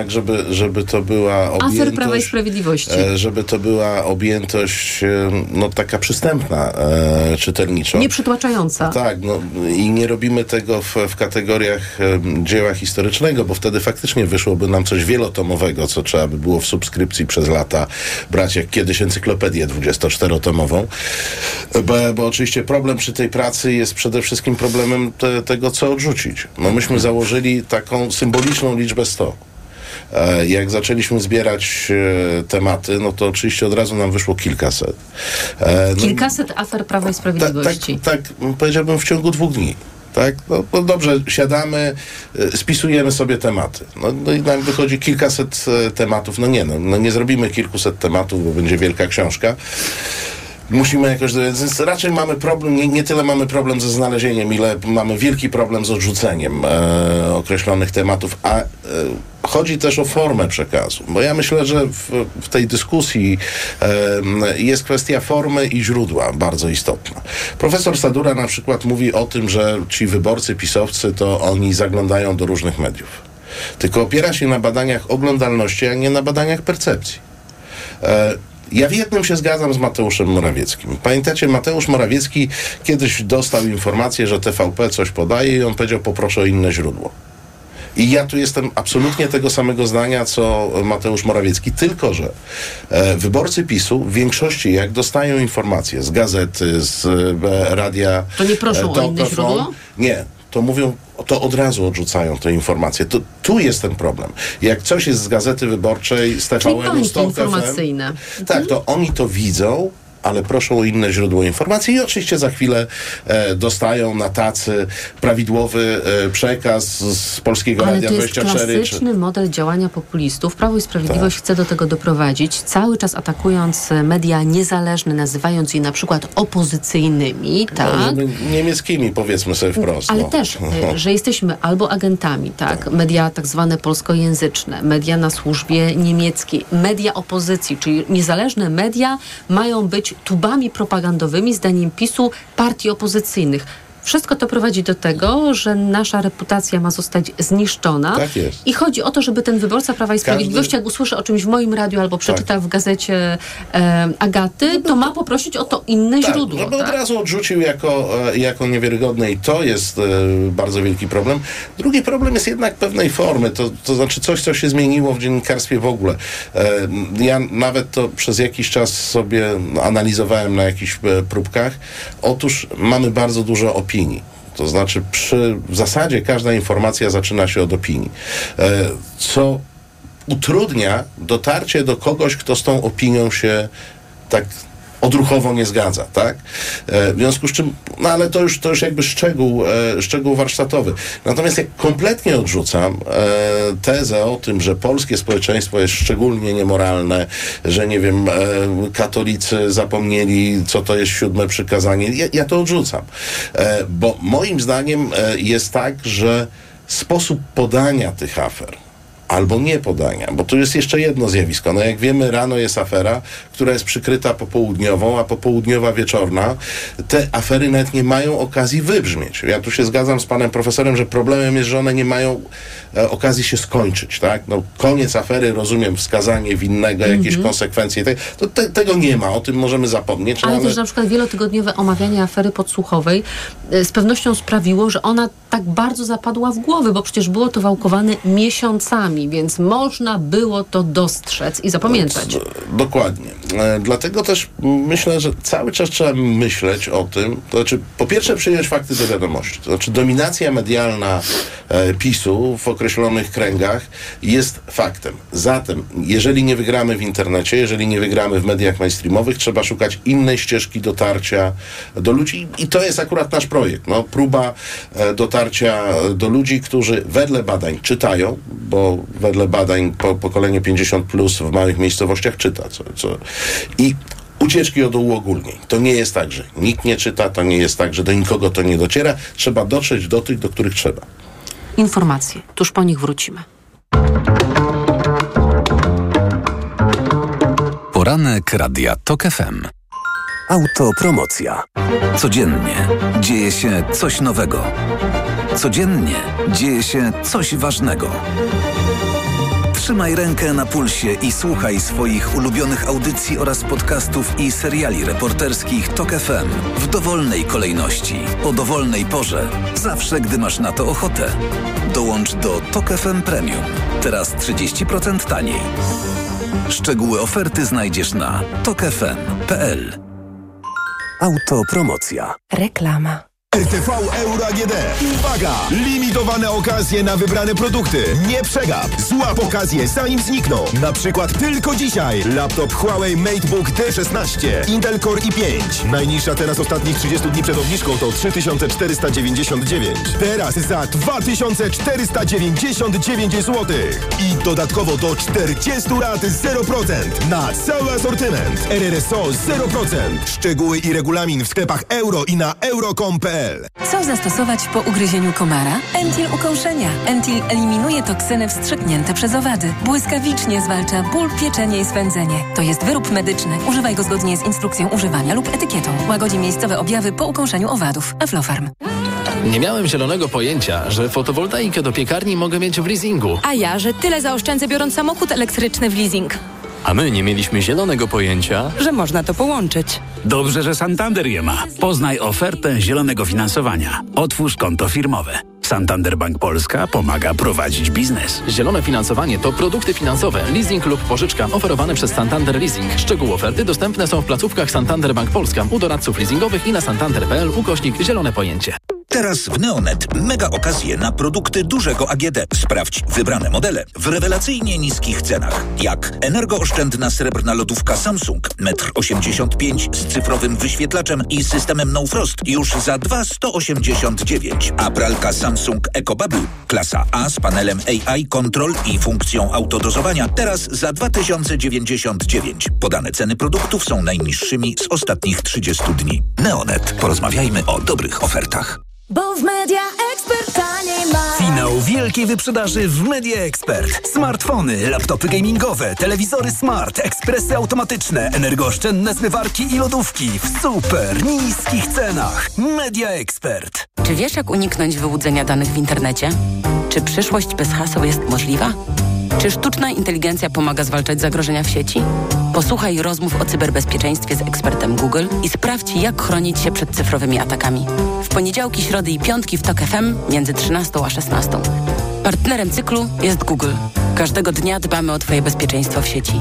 tak, żeby, żeby to była objętość... Afer Prawa i Sprawiedliwości. Żeby to była objętość no taka przystępna e, czytelniczo. Nie przytłaczająca. Tak, no i nie robimy tego w, w kategoriach e, dzieła historycznego, bo wtedy faktycznie wyszłoby nam coś wielotomowego, co trzeba by było w subskrypcji przez lata brać, jak kiedyś encyklopedię dwudziestoczterotomową. Bo, bo oczywiście problem przy tej pracy jest przede wszystkim problemem te, tego, co odrzucić. No myśmy założyli taką symboliczną liczbę sto. Jak zaczęliśmy zbierać e, tematy, no to oczywiście od razu nam wyszło kilkaset. E, no, kilkaset afer Prawa i Sprawiedliwości. Tak, tak, tak powiedziałbym w ciągu dwóch dni. Tak? No, no dobrze, siadamy, e, spisujemy sobie tematy. No, no i nam wychodzi kilkaset e, tematów. No nie, no, no nie zrobimy kilkuset tematów, bo będzie wielka książka. Musimy jakoś, więc raczej mamy problem, nie, nie tyle mamy problem ze znalezieniem, ile mamy wielki problem z odrzuceniem e, określonych tematów, a e, chodzi też o formę przekazu, bo ja myślę, że w, w tej dyskusji e, jest kwestia formy i źródła bardzo istotna. Profesor Sadura na przykład mówi o tym, że ci wyborcy pisowcy to oni zaglądają do różnych mediów. Tylko opiera się na badaniach oglądalności, a nie na badaniach percepcji. E, Ja w jednym się zgadzam z Mateuszem Morawieckim. Pamiętacie, Mateusz Morawiecki kiedyś dostał informację, że T V P coś podaje i on powiedział, poproszę o inne źródło. I ja tu jestem absolutnie tego samego zdania, co Mateusz Morawiecki, tylko że e, wyborcy PiSu w większości, jak dostają informacje z gazety, z e, radia... To nie proszą e, o inne źródło? Nie. To mówią, to od razu odrzucają te informacje. To, tu jest ten problem. Jak coś jest z Gazety Wyborczej, z T V N-u, z Tok F M, tak, to oni to widzą, ale proszą o inne źródło informacji i oczywiście za chwilę e, dostają na tacy prawidłowy e, przekaz z Polskiego ale Radia dwadzieścia cztery. Ale to jest klasyczny czy... model działania populistów. Prawo i Sprawiedliwość tak. chce do tego doprowadzić, cały czas atakując media niezależne, nazywając je na przykład opozycyjnymi, tak? No, niemieckimi, powiedzmy sobie wprost. Ale no. też, że jesteśmy albo agentami, tak? tak? Media tak zwane polskojęzyczne, media na służbie niemieckiej, media opozycji, czyli niezależne media mają być tubami propagandowymi, zdaniem PiSu, partii opozycyjnych. Wszystko to prowadzi do tego, że nasza reputacja ma zostać zniszczona. Tak jest. I chodzi o to, żeby ten wyborca Prawa i Sprawiedliwości, Każdy... jak usłyszy o czymś w moim radiu albo przeczyta tak. w gazecie e, Agaty, no to ma poprosić o to inne tak, źródło. Żeby tak? od razu odrzucił jako, jako niewiarygodne i to jest e, bardzo wielki problem. Drugi problem jest jednak pewnej formy, to, to znaczy coś, co się zmieniło w dziennikarstwie w ogóle. E, ja nawet to przez jakiś czas sobie analizowałem na jakichś e, próbkach. Otóż mamy bardzo dużo opinii. To znaczy przy, w zasadzie każda informacja zaczyna się od opinii, e, co utrudnia dotarcie do kogoś, kto z tą opinią się tak odruchowo nie zgadza, tak? E, w związku z czym, no ale to już, to już jakby szczegół, e, szczegół warsztatowy. Natomiast jak kompletnie odrzucam e, tezę o tym, że polskie społeczeństwo jest szczególnie niemoralne, że nie wiem, e, katolicy zapomnieli, co to jest siódme przykazanie, ja, ja to odrzucam. E, bo moim zdaniem e, jest tak, że sposób podania tych afer albo nie podania, bo tu jest jeszcze jedno zjawisko. No jak wiemy, rano jest afera, która jest przykryta popołudniową, a popołudniowa wieczorna. Te afery nawet nie mają okazji wybrzmieć. Ja tu się zgadzam z panem profesorem, że problemem jest, że one nie mają e, okazji się skończyć, tak? No koniec afery, rozumiem, wskazanie winnego, mm-hmm. jakieś konsekwencje. Te, to te, tego nie ma, o tym możemy zapomnieć. Ale, ale mamy... też na przykład wielotygodniowe omawianie afery podsłuchowej e, z pewnością sprawiło, że ona tak bardzo zapadła w głowy, bo przecież było to wałkowane miesiącami, więc można było to dostrzec i zapamiętać. Dokładnie. E, dlatego też myślę, że cały czas trzeba myśleć o tym, to znaczy po pierwsze przyjąć fakty do wiadomości. To znaczy dominacja medialna e, PiSu w określonych kręgach jest faktem. Zatem, jeżeli nie wygramy w internecie, jeżeli nie wygramy w mediach mainstreamowych, trzeba szukać innej ścieżki dotarcia do ludzi i to jest akurat nasz projekt. No, próba e, dotarcia do ludzi, którzy wedle badań czytają, bo wedle badań po, pokolenie pięćdziesiąt plus w małych miejscowościach czyta. Co, co. I ucieczki od uogólnień. To nie jest tak, że nikt nie czyta, to nie jest tak, że do nikogo to nie dociera. Trzeba dotrzeć do tych, do których trzeba. Informacje. Tuż po nich wrócimy. Poranek Radia Tok F M. Autopromocja. Codziennie dzieje się coś nowego. Codziennie dzieje się coś ważnego. Trzymaj rękę na pulsie i słuchaj swoich ulubionych audycji oraz podcastów i seriali reporterskich Tok F M w dowolnej kolejności, o dowolnej porze, zawsze gdy masz na to ochotę. Dołącz do Tok F M Premium. Teraz trzydzieści procent taniej. Szczegóły oferty znajdziesz na tok f m kropka p l. Autopromocja. Reklama. R T V Euro A G D. Uwaga! Limitowane okazje na wybrane produkty. Nie przegap! Złap okazję zanim znikną. Na przykład tylko dzisiaj laptop Huawei MateBook D szesnaście, Intel Core i pięć. Najniższa teraz ostatnich trzydziestu dni przed obniżką to trzy tysiące czterysta dziewięćdziesiąt dziewięć. Teraz za dwa tysiące czterysta dziewięćdziesiąt dziewięć złotych. I dodatkowo do czterdziestu lat zero procent na cały asortyment. R R S O zero procent. Szczegóły i regulamin w sklepach euro i na euro kropka com kropka p l. Co zastosować po ugryzieniu komara? Entil ukąszenia. Entil eliminuje toksyny wstrzyknięte przez owady. Błyskawicznie zwalcza ból, pieczenie i swędzenie. To jest wyrób medyczny. Używaj go zgodnie z instrukcją używania lub etykietą. Łagodzi miejscowe objawy po ukąszeniu owadów. Aflofarm. Nie miałem zielonego pojęcia, że fotowoltaikę do piekarni mogę mieć w leasingu. A ja, że tyle zaoszczędzę biorąc samochód elektryczny w leasing. A my nie mieliśmy zielonego pojęcia, że można to połączyć. Dobrze, że Santander je ma. Poznaj ofertę zielonego finansowania. Otwórz konto firmowe. Santander Bank Polska pomaga prowadzić biznes. Zielone finansowanie to produkty finansowe, leasing lub pożyczka oferowane przez Santander Leasing. Szczegóły oferty dostępne są w placówkach Santander Bank Polska, u doradców leasingowych i na santander kropka p l ukośnik zielone pojęcie. Teraz w Neonet mega okazje na produkty dużego A G D. Sprawdź wybrane modele w rewelacyjnie niskich cenach. Jak energooszczędna srebrna lodówka Samsung metr osiemdziesiąt pięć z cyfrowym wyświetlaczem i systemem No Frost już za dwa tysiące sto osiemdziesiąt dziewięć. A pralka Samsung EcoBubble klasa A z panelem A I Control i funkcją autodozowania teraz za dwa tysiące dziewięćdziesiąt dziewięć. Podane ceny produktów są najniższymi z ostatnich trzydziestu dni. Neonet. Porozmawiajmy o dobrych ofertach. Bo w Media Expert taniej ma. Finał wielkiej wyprzedaży w Media Expert. Smartfony, laptopy gamingowe, telewizory smart, ekspresy automatyczne, energooszczędne zmywarki i lodówki w super niskich cenach. Media Expert. Czy wiesz, jak uniknąć wyłudzenia danych w internecie? Czy przyszłość bez haseł jest możliwa? Czy sztuczna inteligencja pomaga zwalczać zagrożenia w sieci? Posłuchaj rozmów o cyberbezpieczeństwie z ekspertem Google i sprawdź, jak chronić się przed cyfrowymi atakami. W poniedziałki, środy i piątki w Tok F M między trzynastą a szesnastą. Partnerem cyklu jest Google. Każdego dnia dbamy o Twoje bezpieczeństwo w sieci.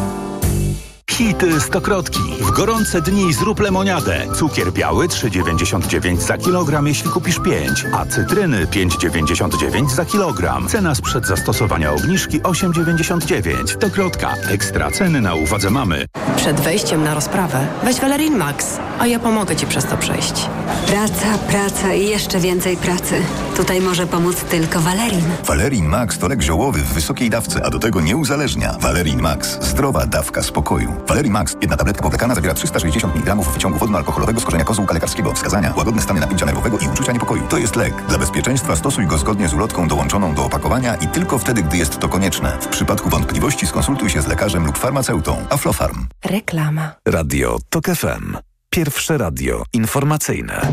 Hity stokrotki. W gorące dni zrób lemoniadę. Cukier biały trzy dziewięćdziesiąt dziewięć za kilogram, jeśli kupisz pięć, a cytryny pięć dziewięćdziesiąt dziewięć za kilogram. Cena sprzed zastosowania obniżki osiem dziewięćdziesiąt dziewięć. Stokrotka. Ekstra ceny na uwadze mamy. Przed wejściem na rozprawę weź Valerin Max, a ja pomogę Ci przez to przejść. Praca, praca i jeszcze więcej pracy. Tutaj może pomóc tylko Valerin. Valerin Max to lek ziołowy w wysokiej dawce, a do tego nie uzależnia. Valerin Max. Zdrowa dawka spokoju. Valerin Max. Jedna tabletka powlekana zawiera trzysta sześćdziesiąt miligramów wyciągu wodno-alkoholowego z korzenia kozłka lekarskiego. Wskazania: łagodne stany napięcia nerwowego i uczucia niepokoju. To jest lek. Dla bezpieczeństwa stosuj go zgodnie z ulotką dołączoną do opakowania i tylko wtedy, gdy jest to konieczne. W przypadku wątpliwości skonsultuj się z lekarzem lub farmaceutą. Aflofarm. Reklama. Radio Tok F M. Pierwsze radio informacyjne.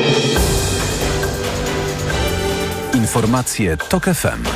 Informacje Tok F M.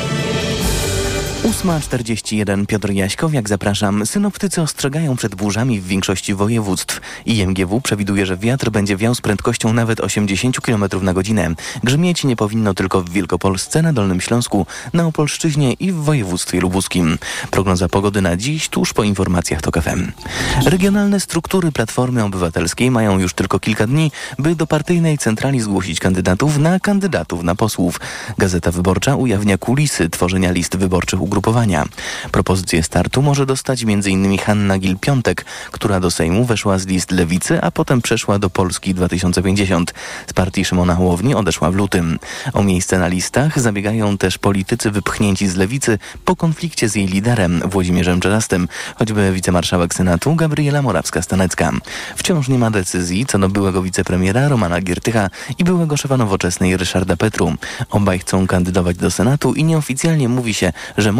ósma czterdzieści jeden, Piotr Jaśkowiak, zapraszam. Synoptycy ostrzegają przed burzami w większości województw. I M G W przewiduje, że wiatr będzie wiał z prędkością nawet osiemdziesiąt kilometrów na godzinę. Grzmieć nie powinno tylko w Wielkopolsce, na Dolnym Śląsku, na Opolszczyźnie i w województwie lubuskim. Prognoza pogody na dziś tuż po informacjach Tok F M. Regionalne struktury Platformy Obywatelskiej mają już tylko kilka dni, by do partyjnej centrali zgłosić kandydatów na kandydatów na posłów. Gazeta Wyborcza ujawnia kulisy tworzenia list wyborczych ugrupowania. Propozycję startu może dostać m in Hanna Gil-Piątek, która do Sejmu weszła z list Lewicy, a potem przeszła do Polski dwa tysiące pięćdziesiąt. Z partii Szymona Hołowni odeszła w lutym. O miejsce na listach zabiegają też politycy wypchnięci z Lewicy po konflikcie z jej liderem Włodzimierzem Czerzastym, choćby wicemarszałek Senatu Gabriela Morawska-Stanecka. Wciąż nie ma decyzji co do byłego wicepremiera Romana Giertycha i byłego szefa Nowoczesnej Ryszarda Petru. Obaj chcą kandydować do Senatu i nieoficjalnie mówi się, że może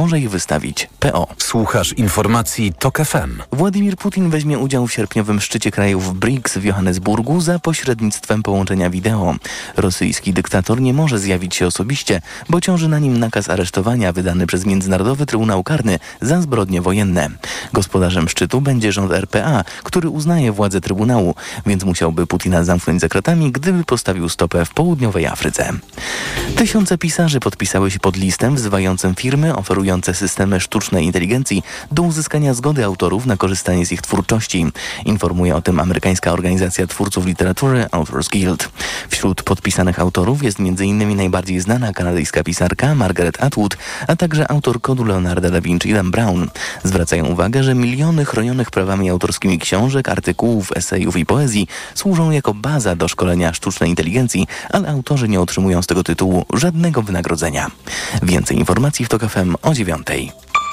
może ich wystawić P O. Słuchasz informacji TOK F M. Władimir Putin weźmie udział w sierpniowym szczycie krajów B R I C S w Johannesburgu za pośrednictwem połączenia wideo. Rosyjski dyktator nie może zjawić się osobiście, bo ciąży na nim nakaz aresztowania wydany przez Międzynarodowy Trybunał Karny za zbrodnie wojenne. Gospodarzem szczytu będzie rząd R P A, który uznaje władzę Trybunału, więc musiałby Putina zamknąć za kratami, gdyby postawił stopę w południowej Afryce. Tysiące pisarzy podpisały się pod listem wzywającym firmy oferujące systemy sztucznej inteligencji do uzyskania zgody autorów na korzystanie z ich twórczości. Informuje o tym amerykańska organizacja twórców literatury Authors Guild. Wśród podpisanych autorów jest między innymi najbardziej znana kanadyjska pisarka Margaret Atwood, a także autor kodu Leonarda da Vinci Dan Brown. Zwracają uwagę, że miliony chronionych prawami autorskimi książek, artykułów, esejów i poezji służą jako baza do szkolenia sztucznej inteligencji, ale autorzy nie otrzymują z tego tytułu żadnego wynagrodzenia. Więcej informacji w TOK F M o dziewiątej.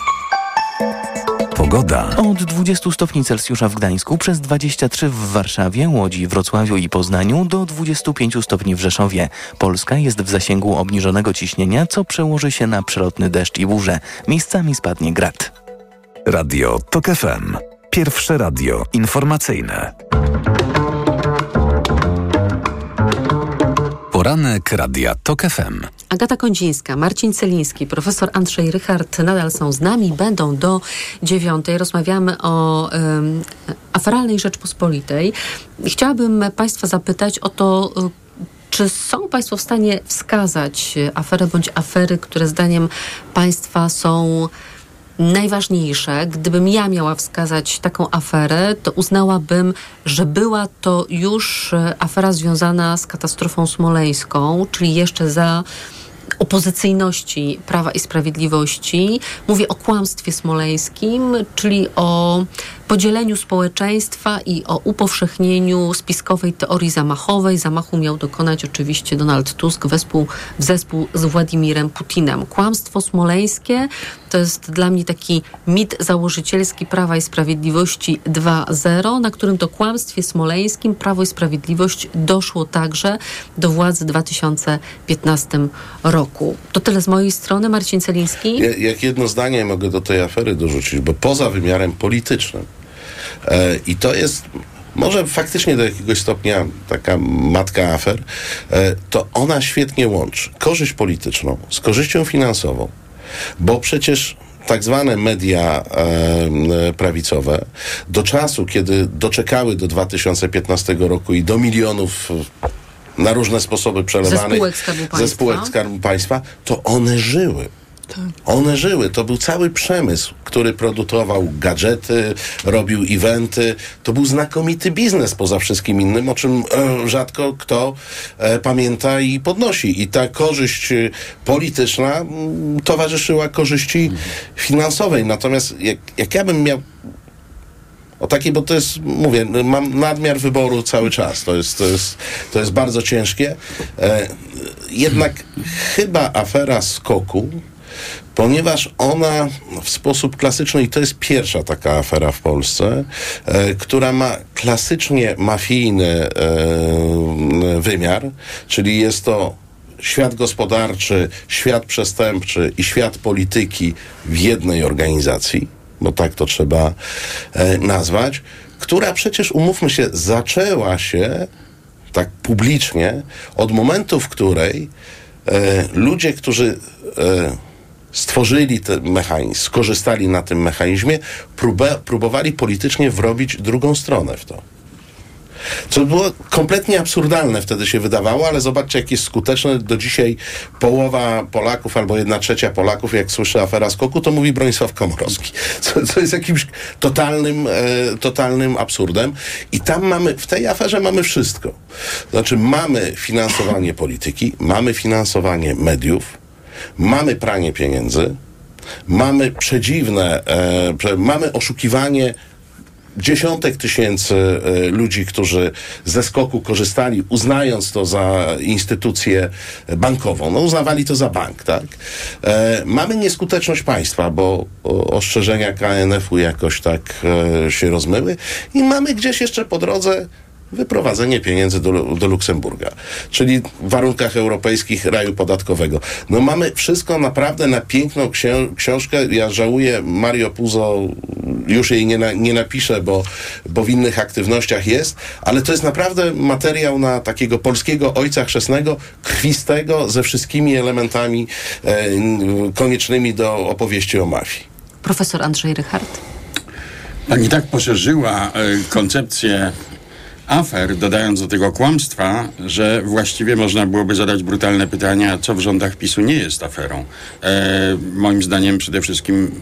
Pogoda. Od dwudziestu stopni Celsjusza w Gdańsku, przez dwadzieścia trzy w Warszawie, Łodzi, Wrocławiu i Poznaniu, do dwudziestu pięciu stopni w Rzeszowie. Polska jest w zasięgu obniżonego ciśnienia, co przełoży się na przelotny deszcz i burze. Miejscami spadnie grad. Radio TOK F M. Pierwsze radio informacyjne. Poranek Radia TOK F M. Agata Kondzińska, Marcin Celiński, profesor Andrzej Rychard nadal są z nami, będą do dziewiątej. Rozmawiamy o um, aferalnej Rzeczpospolitej. Chciałabym Państwa zapytać o to, czy są Państwo w stanie wskazać aferę bądź afery, które zdaniem Państwa są najważniejsze. Gdybym ja miała wskazać taką aferę, to uznałabym, że była to już afera związana z katastrofą smoleńską, czyli jeszcze za opozycyjności Prawa i Sprawiedliwości. Mówię o kłamstwie smoleńskim, czyli o podzieleniu społeczeństwa i o upowszechnieniu spiskowej teorii zamachowej. Zamachu miał dokonać oczywiście Donald Tusk wespół, w zespół z Władimirem Putinem. Kłamstwo smoleńskie to jest dla mnie taki mit założycielski Prawa i Sprawiedliwości dwa zero, na którym to kłamstwie smoleńskim Prawo i Sprawiedliwość doszło także do władzy w dwa tysiące piętnastym roku. To tyle z mojej strony. Marcin Celiński. Ja, jak jedno zdanie mogę do tej afery dorzucić, bo poza wymiarem politycznym e, i to jest może faktycznie do jakiegoś stopnia taka matka afer, e, to ona świetnie łączy korzyść polityczną z korzyścią finansową, bo przecież tak zwane media e, prawicowe do czasu, kiedy doczekały do dwa tysiące piętnastego roku i do milionów na różne sposoby przelewanych ze spółek Skarbu Państwa, ze spółek Skarbu Państwa, to one żyły. One żyły. To był cały przemysł, który produkował gadżety, robił eventy. To był znakomity biznes poza wszystkim innym, o czym e, rzadko kto e, pamięta i podnosi. I ta korzyść e, polityczna m, towarzyszyła korzyści finansowej. Natomiast jak, jak ja bym miał o takiej, bo to jest, mówię, mam nadmiar wyboru cały czas. To jest, to jest, to jest bardzo ciężkie. E, jednak chyba afera Skoku, ponieważ ona w sposób klasyczny, i to jest pierwsza taka afera w Polsce, e, która ma klasycznie mafijny e, wymiar, czyli jest to świat gospodarczy, świat przestępczy i świat polityki w jednej organizacji, bo tak to trzeba e, nazwać, która przecież, umówmy się, zaczęła się tak publicznie od momentu, w której e, ludzie, którzy e, stworzyli ten mechanizm, skorzystali na tym mechanizmie, próbe, próbowali politycznie wrobić drugą stronę w to. Co było kompletnie absurdalne wtedy się wydawało, ale zobaczcie, jak jest skuteczne. Do dzisiaj połowa Polaków albo jedna trzecia Polaków, jak słyszy afera Skoku, to mówi Bronisław Komorowski, co, co jest jakimś totalnym, e, totalnym absurdem. I tam mamy, w tej aferze mamy wszystko. Znaczy mamy finansowanie polityki, mamy finansowanie mediów, mamy pranie pieniędzy, mamy przedziwne, e, prze, mamy oszukiwanie dziesiątek tysięcy e, ludzi, którzy ze Skoku korzystali, uznając to za instytucję bankową. No uznawali to za bank, tak? E, mamy nieskuteczność państwa, bo o, ostrzeżenia K N F u jakoś tak e, się rozmyły i mamy gdzieś jeszcze po drodze wyprowadzenie pieniędzy do, do Luksemburga, czyli w warunkach europejskich raju podatkowego. No mamy wszystko naprawdę na piękną księ- książkę. Ja żałuję, Mario Puzo już jej nie, na, nie napiszę, bo, bo w innych aktywnościach jest, ale to jest naprawdę materiał na takiego polskiego ojca chrzestnego, krwistego, ze wszystkimi elementami e, koniecznymi do opowieści o mafii. Profesor Andrzej Rychard. Pani tak poszerzyła e, koncepcję afer, dodając do tego kłamstwa, że właściwie można byłoby zadać brutalne pytania, co w rządach PiSu nie jest aferą. E, moim zdaniem przede wszystkim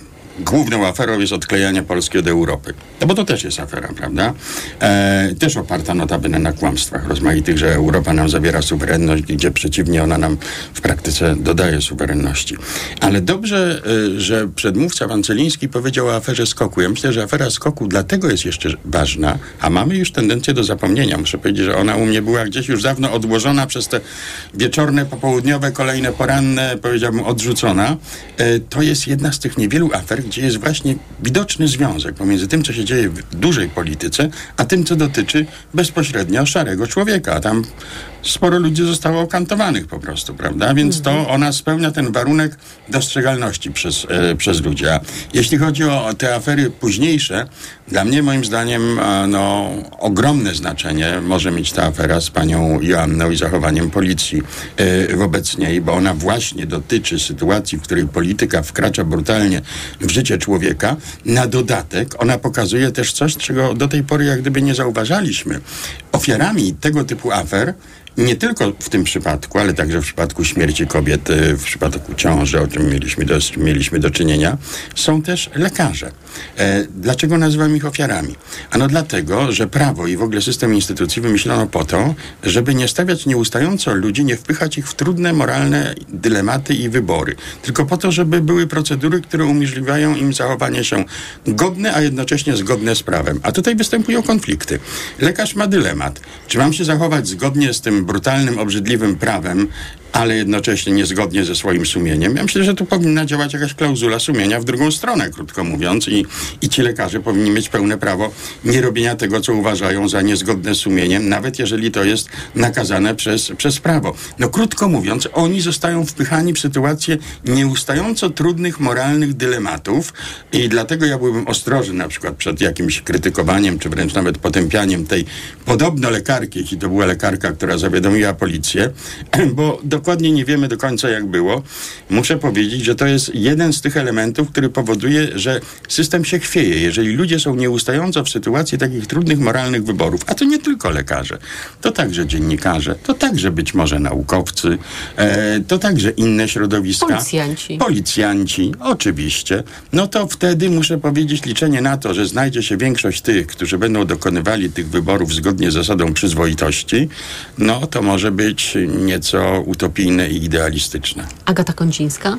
główną aferą jest odklejanie Polski od Europy. No bo to też jest afera, prawda? E, też oparta notabene na kłamstwach rozmaitych, że Europa nam zabiera suwerenność, gdzie przeciwnie ona nam w praktyce dodaje suwerenności. Ale dobrze, e, że przedmówca pan Celiński powiedział o aferze Skoku. Ja myślę, że afera Skoku dlatego jest jeszcze ważna, a mamy już tendencję do zapomnienia. Muszę powiedzieć, że ona u mnie była gdzieś już dawno odłożona przez te wieczorne, popołudniowe, kolejne poranne, powiedziałbym odrzucona. E, to jest jedna z tych niewielu afer, gdzie jest właśnie widoczny związek pomiędzy tym, co się dzieje w dużej polityce, a tym, co dotyczy bezpośrednio szarego człowieka. Tam sporo ludzi zostało okantowanych po prostu, prawda? Więc to ona spełnia ten warunek dostrzegalności przez, e, przez ludzi. A jeśli chodzi o te afery późniejsze, dla mnie moim zdaniem e, no, ogromne znaczenie może mieć ta afera z panią Joanną i zachowaniem policji e, wobec niej, bo ona właśnie dotyczy sytuacji, w której polityka wkracza brutalnie w życie człowieka. Na dodatek ona pokazuje też coś, czego do tej pory jak gdyby nie zauważaliśmy. Ofiarami tego typu afer nie tylko w tym przypadku, ale także w przypadku śmierci kobiet, w przypadku ciąży, o czym mieliśmy do, mieliśmy do czynienia, są też lekarze. E, dlaczego nazywam ich ofiarami? Ano dlatego, że prawo i w ogóle system instytucji wymyślono po to, żeby nie stawiać nieustająco ludzi, nie wpychać ich w trudne moralne dylematy i wybory. Tylko po to, żeby były procedury, które umożliwiają im zachowanie się godne, a jednocześnie zgodne z prawem. A tutaj występują konflikty. Lekarz ma dylemat. Czy mam się zachować zgodnie z tym brutalnym, obrzydliwym prawem, ale jednocześnie niezgodnie ze swoim sumieniem. Ja myślę, że tu powinna działać jakaś klauzula sumienia w drugą stronę, krótko mówiąc, i, i ci lekarze powinni mieć pełne prawo nie robienia tego, co uważają za niezgodne z sumieniem, nawet jeżeli to jest nakazane przez, przez prawo. No krótko mówiąc, oni zostają wpychani w sytuację nieustająco trudnych, moralnych dylematów i dlatego ja byłbym ostrożny na przykład przed jakimś krytykowaniem, czy wręcz nawet potępianiem tej podobno lekarki, jeśli to była lekarka, która zawiadomiła policję, bo do Dokładnie nie wiemy do końca, jak było. Muszę powiedzieć, że to jest jeden z tych elementów, który powoduje, że system się chwieje. Jeżeli ludzie są nieustająco w sytuacji takich trudnych moralnych wyborów, a to nie tylko lekarze, to także dziennikarze, to także być może naukowcy, e, to także inne środowiska. Policjanci. Policjanci, oczywiście. No to wtedy muszę powiedzieć, liczenie na to, że znajdzie się większość tych, którzy będą dokonywali tych wyborów zgodnie z zasadą przyzwoitości, no to może być nieco utopijne i idealistyczne. Agata Kondzińska?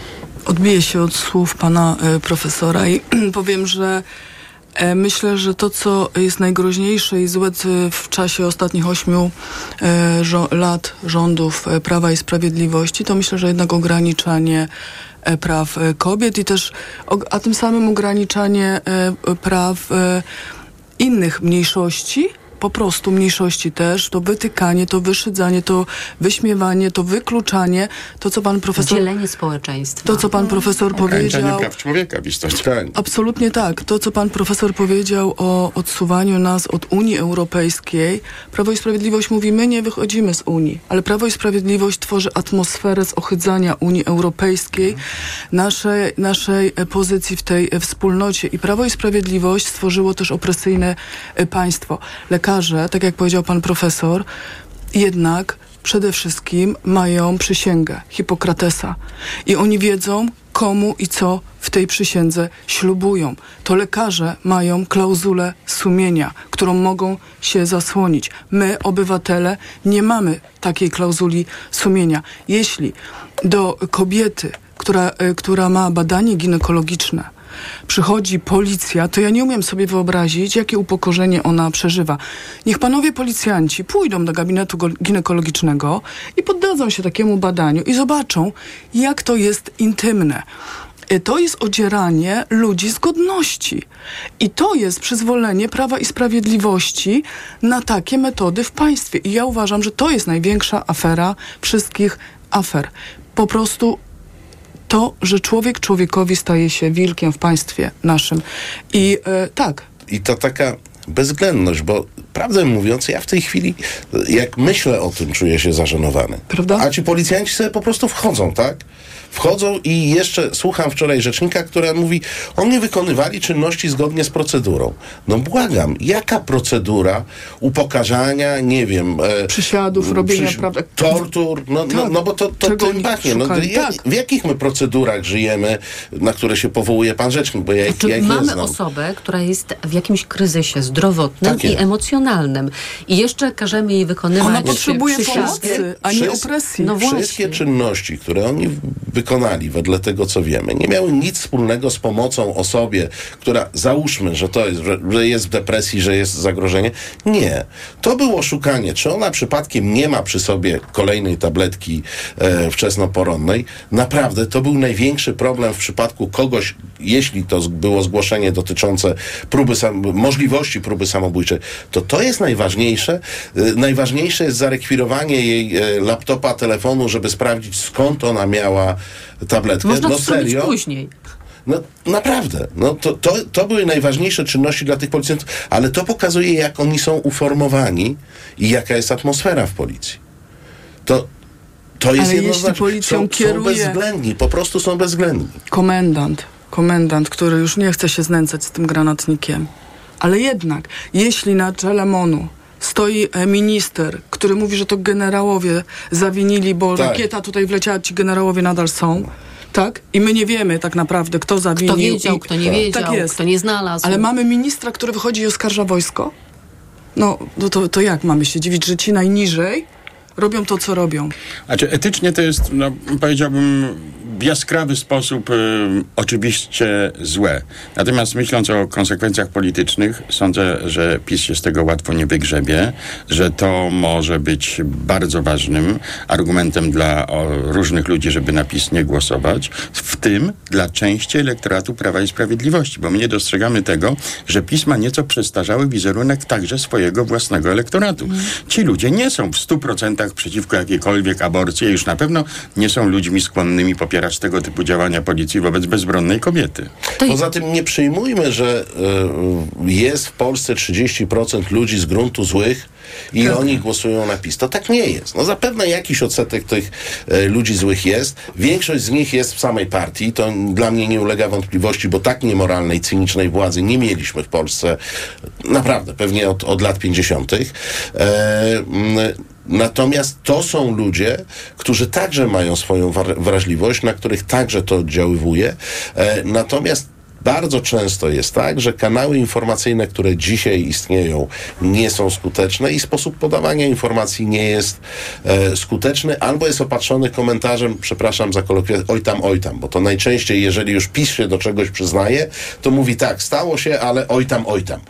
Odbiję się od słów pana y, profesora i powiem, że e, myślę, że to, co jest najgroźniejsze i złe w czasie ostatnich ośmiu e, żo- lat rządów e, Prawa i Sprawiedliwości, to myślę, że jednak ograniczanie e, praw e, kobiet i też, o, a tym samym ograniczanie e, praw e, innych mniejszości, po prostu mniejszości też, to wytykanie, to wyszydzanie, to wyśmiewanie, to wykluczanie, to co pan profesor... Dzielenie społeczeństwa. To co pan profesor powiedział... praw człowieka w istocie. Absolutnie tak. To co pan profesor powiedział o odsuwaniu nas od Unii Europejskiej. Prawo i Sprawiedliwość mówi, my nie wychodzimy z Unii, ale Prawo i Sprawiedliwość tworzy atmosferę zohydzania Unii Europejskiej, naszej, naszej pozycji w tej wspólnocie. I Prawo i Sprawiedliwość stworzyło też opresyjne państwo. Lekarze, tak jak powiedział pan profesor, jednak przede wszystkim mają przysięgę Hipokratesa i oni wiedzą, komu i co w tej przysiędze ślubują. To lekarze mają klauzulę sumienia, którą mogą się zasłonić. My, obywatele, nie mamy takiej klauzuli sumienia. Jeśli do kobiety, która, która ma badanie ginekologiczne, przychodzi policja, to ja nie umiem sobie wyobrazić, jakie upokorzenie ona przeżywa. Niech panowie policjanci pójdą do gabinetu ginekologicznego i poddadzą się takiemu badaniu i zobaczą, jak to jest intymne. To jest odzieranie ludzi z godności. I to jest przyzwolenie Prawa i Sprawiedliwości na takie metody w państwie. I ja uważam, że to jest największa afera wszystkich afer. Po prostu to, że człowiek człowiekowi staje się wilkiem w państwie naszym. I e, tak. I to taka bezwzględność, bo prawdę mówiąc, ja w tej chwili, jak myślę o tym, czuję się zażenowany. Prawda? A ci policjanci sobie po prostu wchodzą, tak? Wchodzą i jeszcze słucham wczoraj rzecznika, która mówi, oni wykonywali czynności zgodnie z procedurą. No błagam, jaka procedura upokarzania, nie wiem... E, Przysiadów, robienia, przyś- prawda? Tortur, no, Tak. no, no bo to, to Czego tym oni pachnie. No, szukali? jak, Tak. w jakich my procedurach żyjemy, na które się powołuje pan rzecznik, bo ja ich, Znaczy, ja ich nie mamy znam. osobę, która jest w jakimś kryzysie zdrowotnym Tak i jest. emocjonalnym. I jeszcze każemy jej wykonywać Ona potrzebuje przysiady. pomocy, a nie Wszys- opresji. No właśnie. Wszystkie czynności, które oni w- wykonali wedle tego, co wiemy, nie miały nic wspólnego z pomocą osobie, która, załóżmy, że to jest, że, że jest w depresji, że jest zagrożenie. Nie. To było szukanie, czy ona przypadkiem nie ma przy sobie kolejnej tabletki e, wczesnoporonnej. Naprawdę, to był największy problem w przypadku kogoś, jeśli to z- było zgłoszenie dotyczące próby sam, możliwości próby samobójczej, to to jest najważniejsze. E, najważniejsze jest zarekwirowanie jej e, laptopa, telefonu, żeby sprawdzić, skąd ona miała tabletkę. Można no to zrobić serio? później. No naprawdę, no to, to, to były najważniejsze czynności dla tych policjantów, ale to pokazuje, jak oni są uformowani i jaka jest atmosfera w policji. To, to jest Ale jeśli jednoznaczne. policją Są, są kieruje- bezwzględni, po prostu są bezwzględni. Komendant, komendant, który już nie chce się znęcać z tym granatnikiem. Ale jednak, jeśli na czele MON-u stoi e, minister, który mówi, że to generałowie zawinili, bo Tak. rakieta tutaj wleciała, ci generałowie nadal są, tak? I my nie wiemy tak naprawdę, kto zawinił. Kto wiedział, i... kto nie wiedział, tak jest. kto nie znalazł. Ale mamy ministra, który wychodzi i oskarża wojsko? No, no to, to jak mamy się dziwić, że ci najniżej robią to, co robią? Znaczy etycznie to jest, no, powiedziałbym, w jaskrawy sposób y, oczywiście złe. Natomiast myśląc o konsekwencjach politycznych, sądzę, że PiS się z tego łatwo nie wygrzebie, że to może być bardzo ważnym argumentem dla o, różnych ludzi, żeby na PiS nie głosować, w tym dla części elektoratu Prawa i Sprawiedliwości, bo my nie dostrzegamy tego, że PiS ma nieco przestarzały wizerunek także swojego własnego elektoratu. Mm. Ci ludzie nie są w stu procentach przeciwko jakiejkolwiek aborcji, już na pewno nie są ludźmi skłonnymi popierać tego typu działania policji wobec bezbronnej kobiety. Poza tym nie przyjmujmy, że y, jest w Polsce trzydzieści procent ludzi z gruntu złych i Tak. oni głosują na PiS. To tak nie jest. No zapewne jakiś odsetek tych y, ludzi złych jest. Większość z nich jest w samej partii. To dla mnie nie ulega wątpliwości, bo tak niemoralnej, cynicznej władzy nie mieliśmy w Polsce naprawdę, pewnie od, od lat pięćdziesiątych. E, m, Natomiast to są ludzie, którzy także mają swoją war- wrażliwość, na których także to oddziaływuje. E, natomiast bardzo często jest tak, że kanały informacyjne, które dzisiaj istnieją, nie są skuteczne i sposób podawania informacji nie jest e, skuteczny, albo jest opatrzony komentarzem, przepraszam za kolokwializm, oj tam, oj tam, bo to najczęściej, jeżeli już PiS się do czegoś przyznaje, to mówi tak, stało się, ale oj tam, oj tam.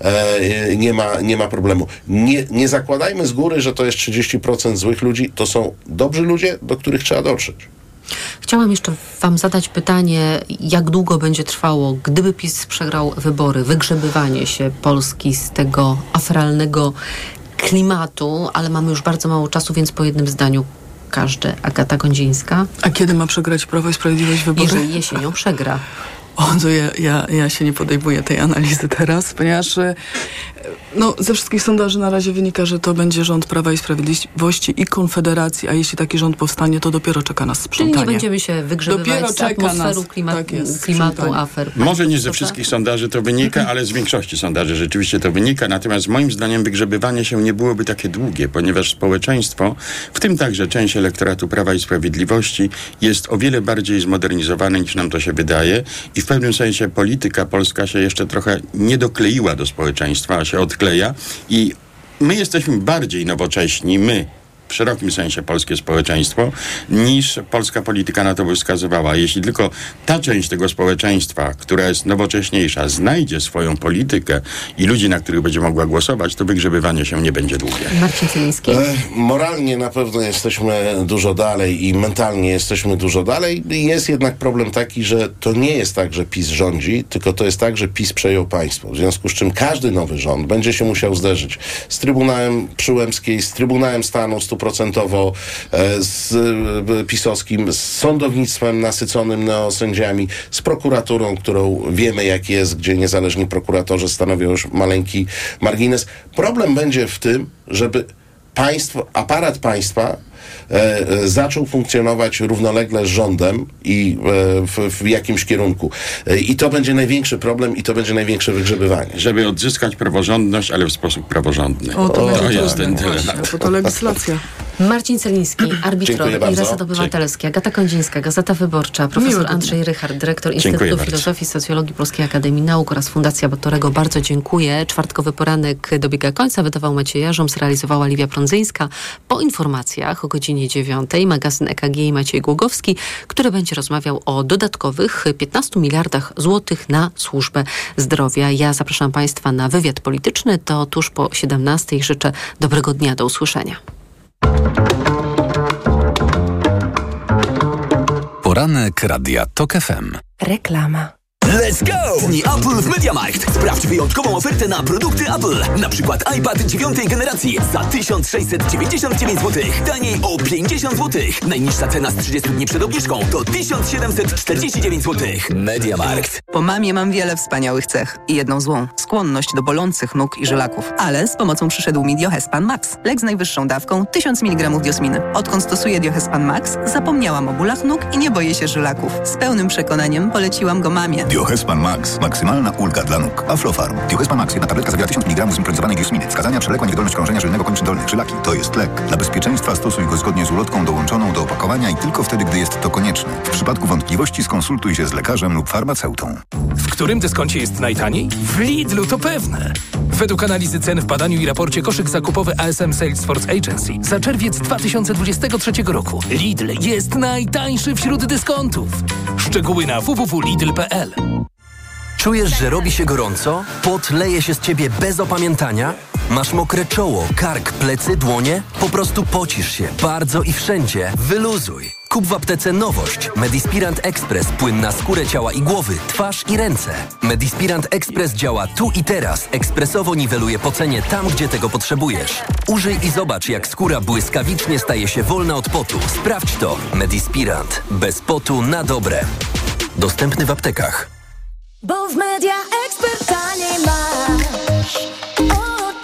E, nie ma, nie ma problemu. Nie, nie zakładajmy z góry, że to jest trzydzieści procent złych ludzi, to są dobrzy ludzie, do których trzeba dotrzeć. Chciałam jeszcze wam zadać pytanie, jak długo będzie trwało, gdyby PiS przegrał wybory, wygrzebywanie się Polski z tego aferalnego klimatu, ale mamy już bardzo mało czasu, więc po jednym zdaniu każdy. Agata Kondzińska. A kiedy ma przegrać Prawo i Sprawiedliwość wybory? Jeżeli jesienią przegra. O, to ja, ja, ja się nie podejmuję tej analizy teraz, ponieważ e, no, ze wszystkich sondaży na razie wynika, że to będzie rząd Prawa i Sprawiedliwości i Konfederacji, a jeśli taki rząd powstanie, to dopiero czeka nas sprzątanie. Czyli nie będziemy się wygrzebywać Dopiero z czeka atmosferu nas, klima- tak jest, klimatu, sprzątanie. afer. Może nie ze wszystkich sondaży to wynika, ale z większości sondaży rzeczywiście to wynika. Natomiast moim zdaniem wygrzebywanie się nie byłoby takie długie, ponieważ społeczeństwo, w tym także część elektoratu Prawa i Sprawiedliwości, jest o wiele bardziej zmodernizowane niż nam to się wydaje i w pewnym sensie polityka polska się jeszcze trochę nie dokleiła do społeczeństwa, a się odkleja i my jesteśmy bardziej nowocześni, my, szerokim sensie polskie społeczeństwo, niż polska polityka na to by wskazywała. Jeśli tylko ta część tego społeczeństwa, która jest nowocześniejsza, znajdzie swoją politykę i ludzi, na których będzie mogła głosować, to wygrzebywanie się nie będzie długie. Marcin Celiński. E, moralnie na pewno jesteśmy dużo dalej i mentalnie jesteśmy dużo dalej. Jest jednak problem taki, że to nie jest tak, że PiS rządzi, tylko to jest tak, że PiS przejął państwo. W związku z czym każdy nowy rząd będzie się musiał zderzyć z Trybunałem Przyłębskiej, z Trybunałem Stanu stuprocentowo, e, z e, pisowskim, z sądownictwem nasyconym neosędziami, z prokuraturą, którą wiemy jak jest, gdzie niezależni prokuratorzy stanowią już maleńki margines. Problem będzie w tym, żeby państwo, aparat państwa E, zaczął funkcjonować równolegle z rządem i e, w, w jakimś kierunku. E, I to będzie największy problem i to będzie największe wygrzebywanie. Żeby odzyskać praworządność, ale w sposób praworządny. O, to, to to jest ten dylemat. dylemat. To legislacja. Marcin Celiński, arbitr i Reset Obywatelski, Agata Kondzińska, Gazeta Wyborcza, profesor Miło Andrzej Rychard, dyrektor Dziękuję Instytutu bardzo. Filozofii i Socjologii Polskiej Akademii Nauk oraz Fundacja Batorego. Bardzo dziękuję. Czwartkowy poranek dobiega końca. Wydawał Maciej Jarząb, zrealizowała Liwia Prądzyńska. Po informacjach o godzinie dziewiątej magazyn E K G i Maciej Głogowski, który będzie rozmawiał o dodatkowych piętnastu miliardach złotych na służbę zdrowia. Ja zapraszam Państwa na wywiad polityczny. To tuż po siedemnastej. Życzę dobrego dnia. Do usłyszenia. Poranek Radia Tok F M. Reklama. Let's go! Dni Apple w MediaMarkt. Sprawdź wyjątkową ofertę na produkty Apple. Na przykład iPad dziewiątej generacji za tysiąc sześćset dziewięćdziesiąt dziewięć złotych. Taniej o pięćdziesiąt złotych. Najniższa cena z trzydziestu dni przed obniżką to tysiąc siedemset czterdzieści dziewięć złotych. MediaMarkt. Po mamie mam wiele wspaniałych cech i jedną złą. Skłonność do bolących nóg i żylaków. Ale z pomocą przyszedł mi Diohespan Max. Lek z najwyższą dawką tysiąc miligramów diosminy. Odkąd stosuję Diohespan Max, zapomniałam o bólach nóg i nie boję się żylaków. Z pełnym przekonaniem poleciłam go mamie. Diohespan Max. Maksymalna ulga dla nóg. Aflofarm. Diohespan Max. Jedna tabletka zawiera tysiąc miligramów zimpronizowanej diosminy. Wskazania: przewlekła niewydolność krążenia żylnego kończyn dolnych. Żylaki. To jest lek. Dla bezpieczeństwa stosuj go zgodnie z ulotką dołączoną do opakowania i tylko wtedy, gdy jest to konieczne. W przypadku wątpliwości skonsultuj się z lekarzem lub farmaceutą. W którym dyskoncie jest najtaniej? W Lidlu, to pewne. Według analizy cen w badaniu i raporcie koszyk zakupowy A S M Salesforce Agency za czerwiec dwa tysiące dwudziestego trzeciego roku Lidl jest najtańszy wśród dyskontów. Szczegóły na w w w kropka lidl kropka p l. Czujesz, że robi się gorąco? Pot leje się z ciebie bez opamiętania? Masz mokre czoło, kark, plecy, dłonie? Po prostu pocisz się bardzo i wszędzie. Wyluzuj. Kup w aptece nowość. Medispirant Express. Płyn na skórę ciała i głowy, twarz i ręce. Medispirant Express działa tu i teraz. Ekspresowo niweluje pocenie tam, gdzie tego potrzebujesz. Użyj i zobacz, jak skóra błyskawicznie staje się wolna od potu. Sprawdź to. Medispirant. Bez potu na dobre. Dostępny w aptekach. Bo w Media Expert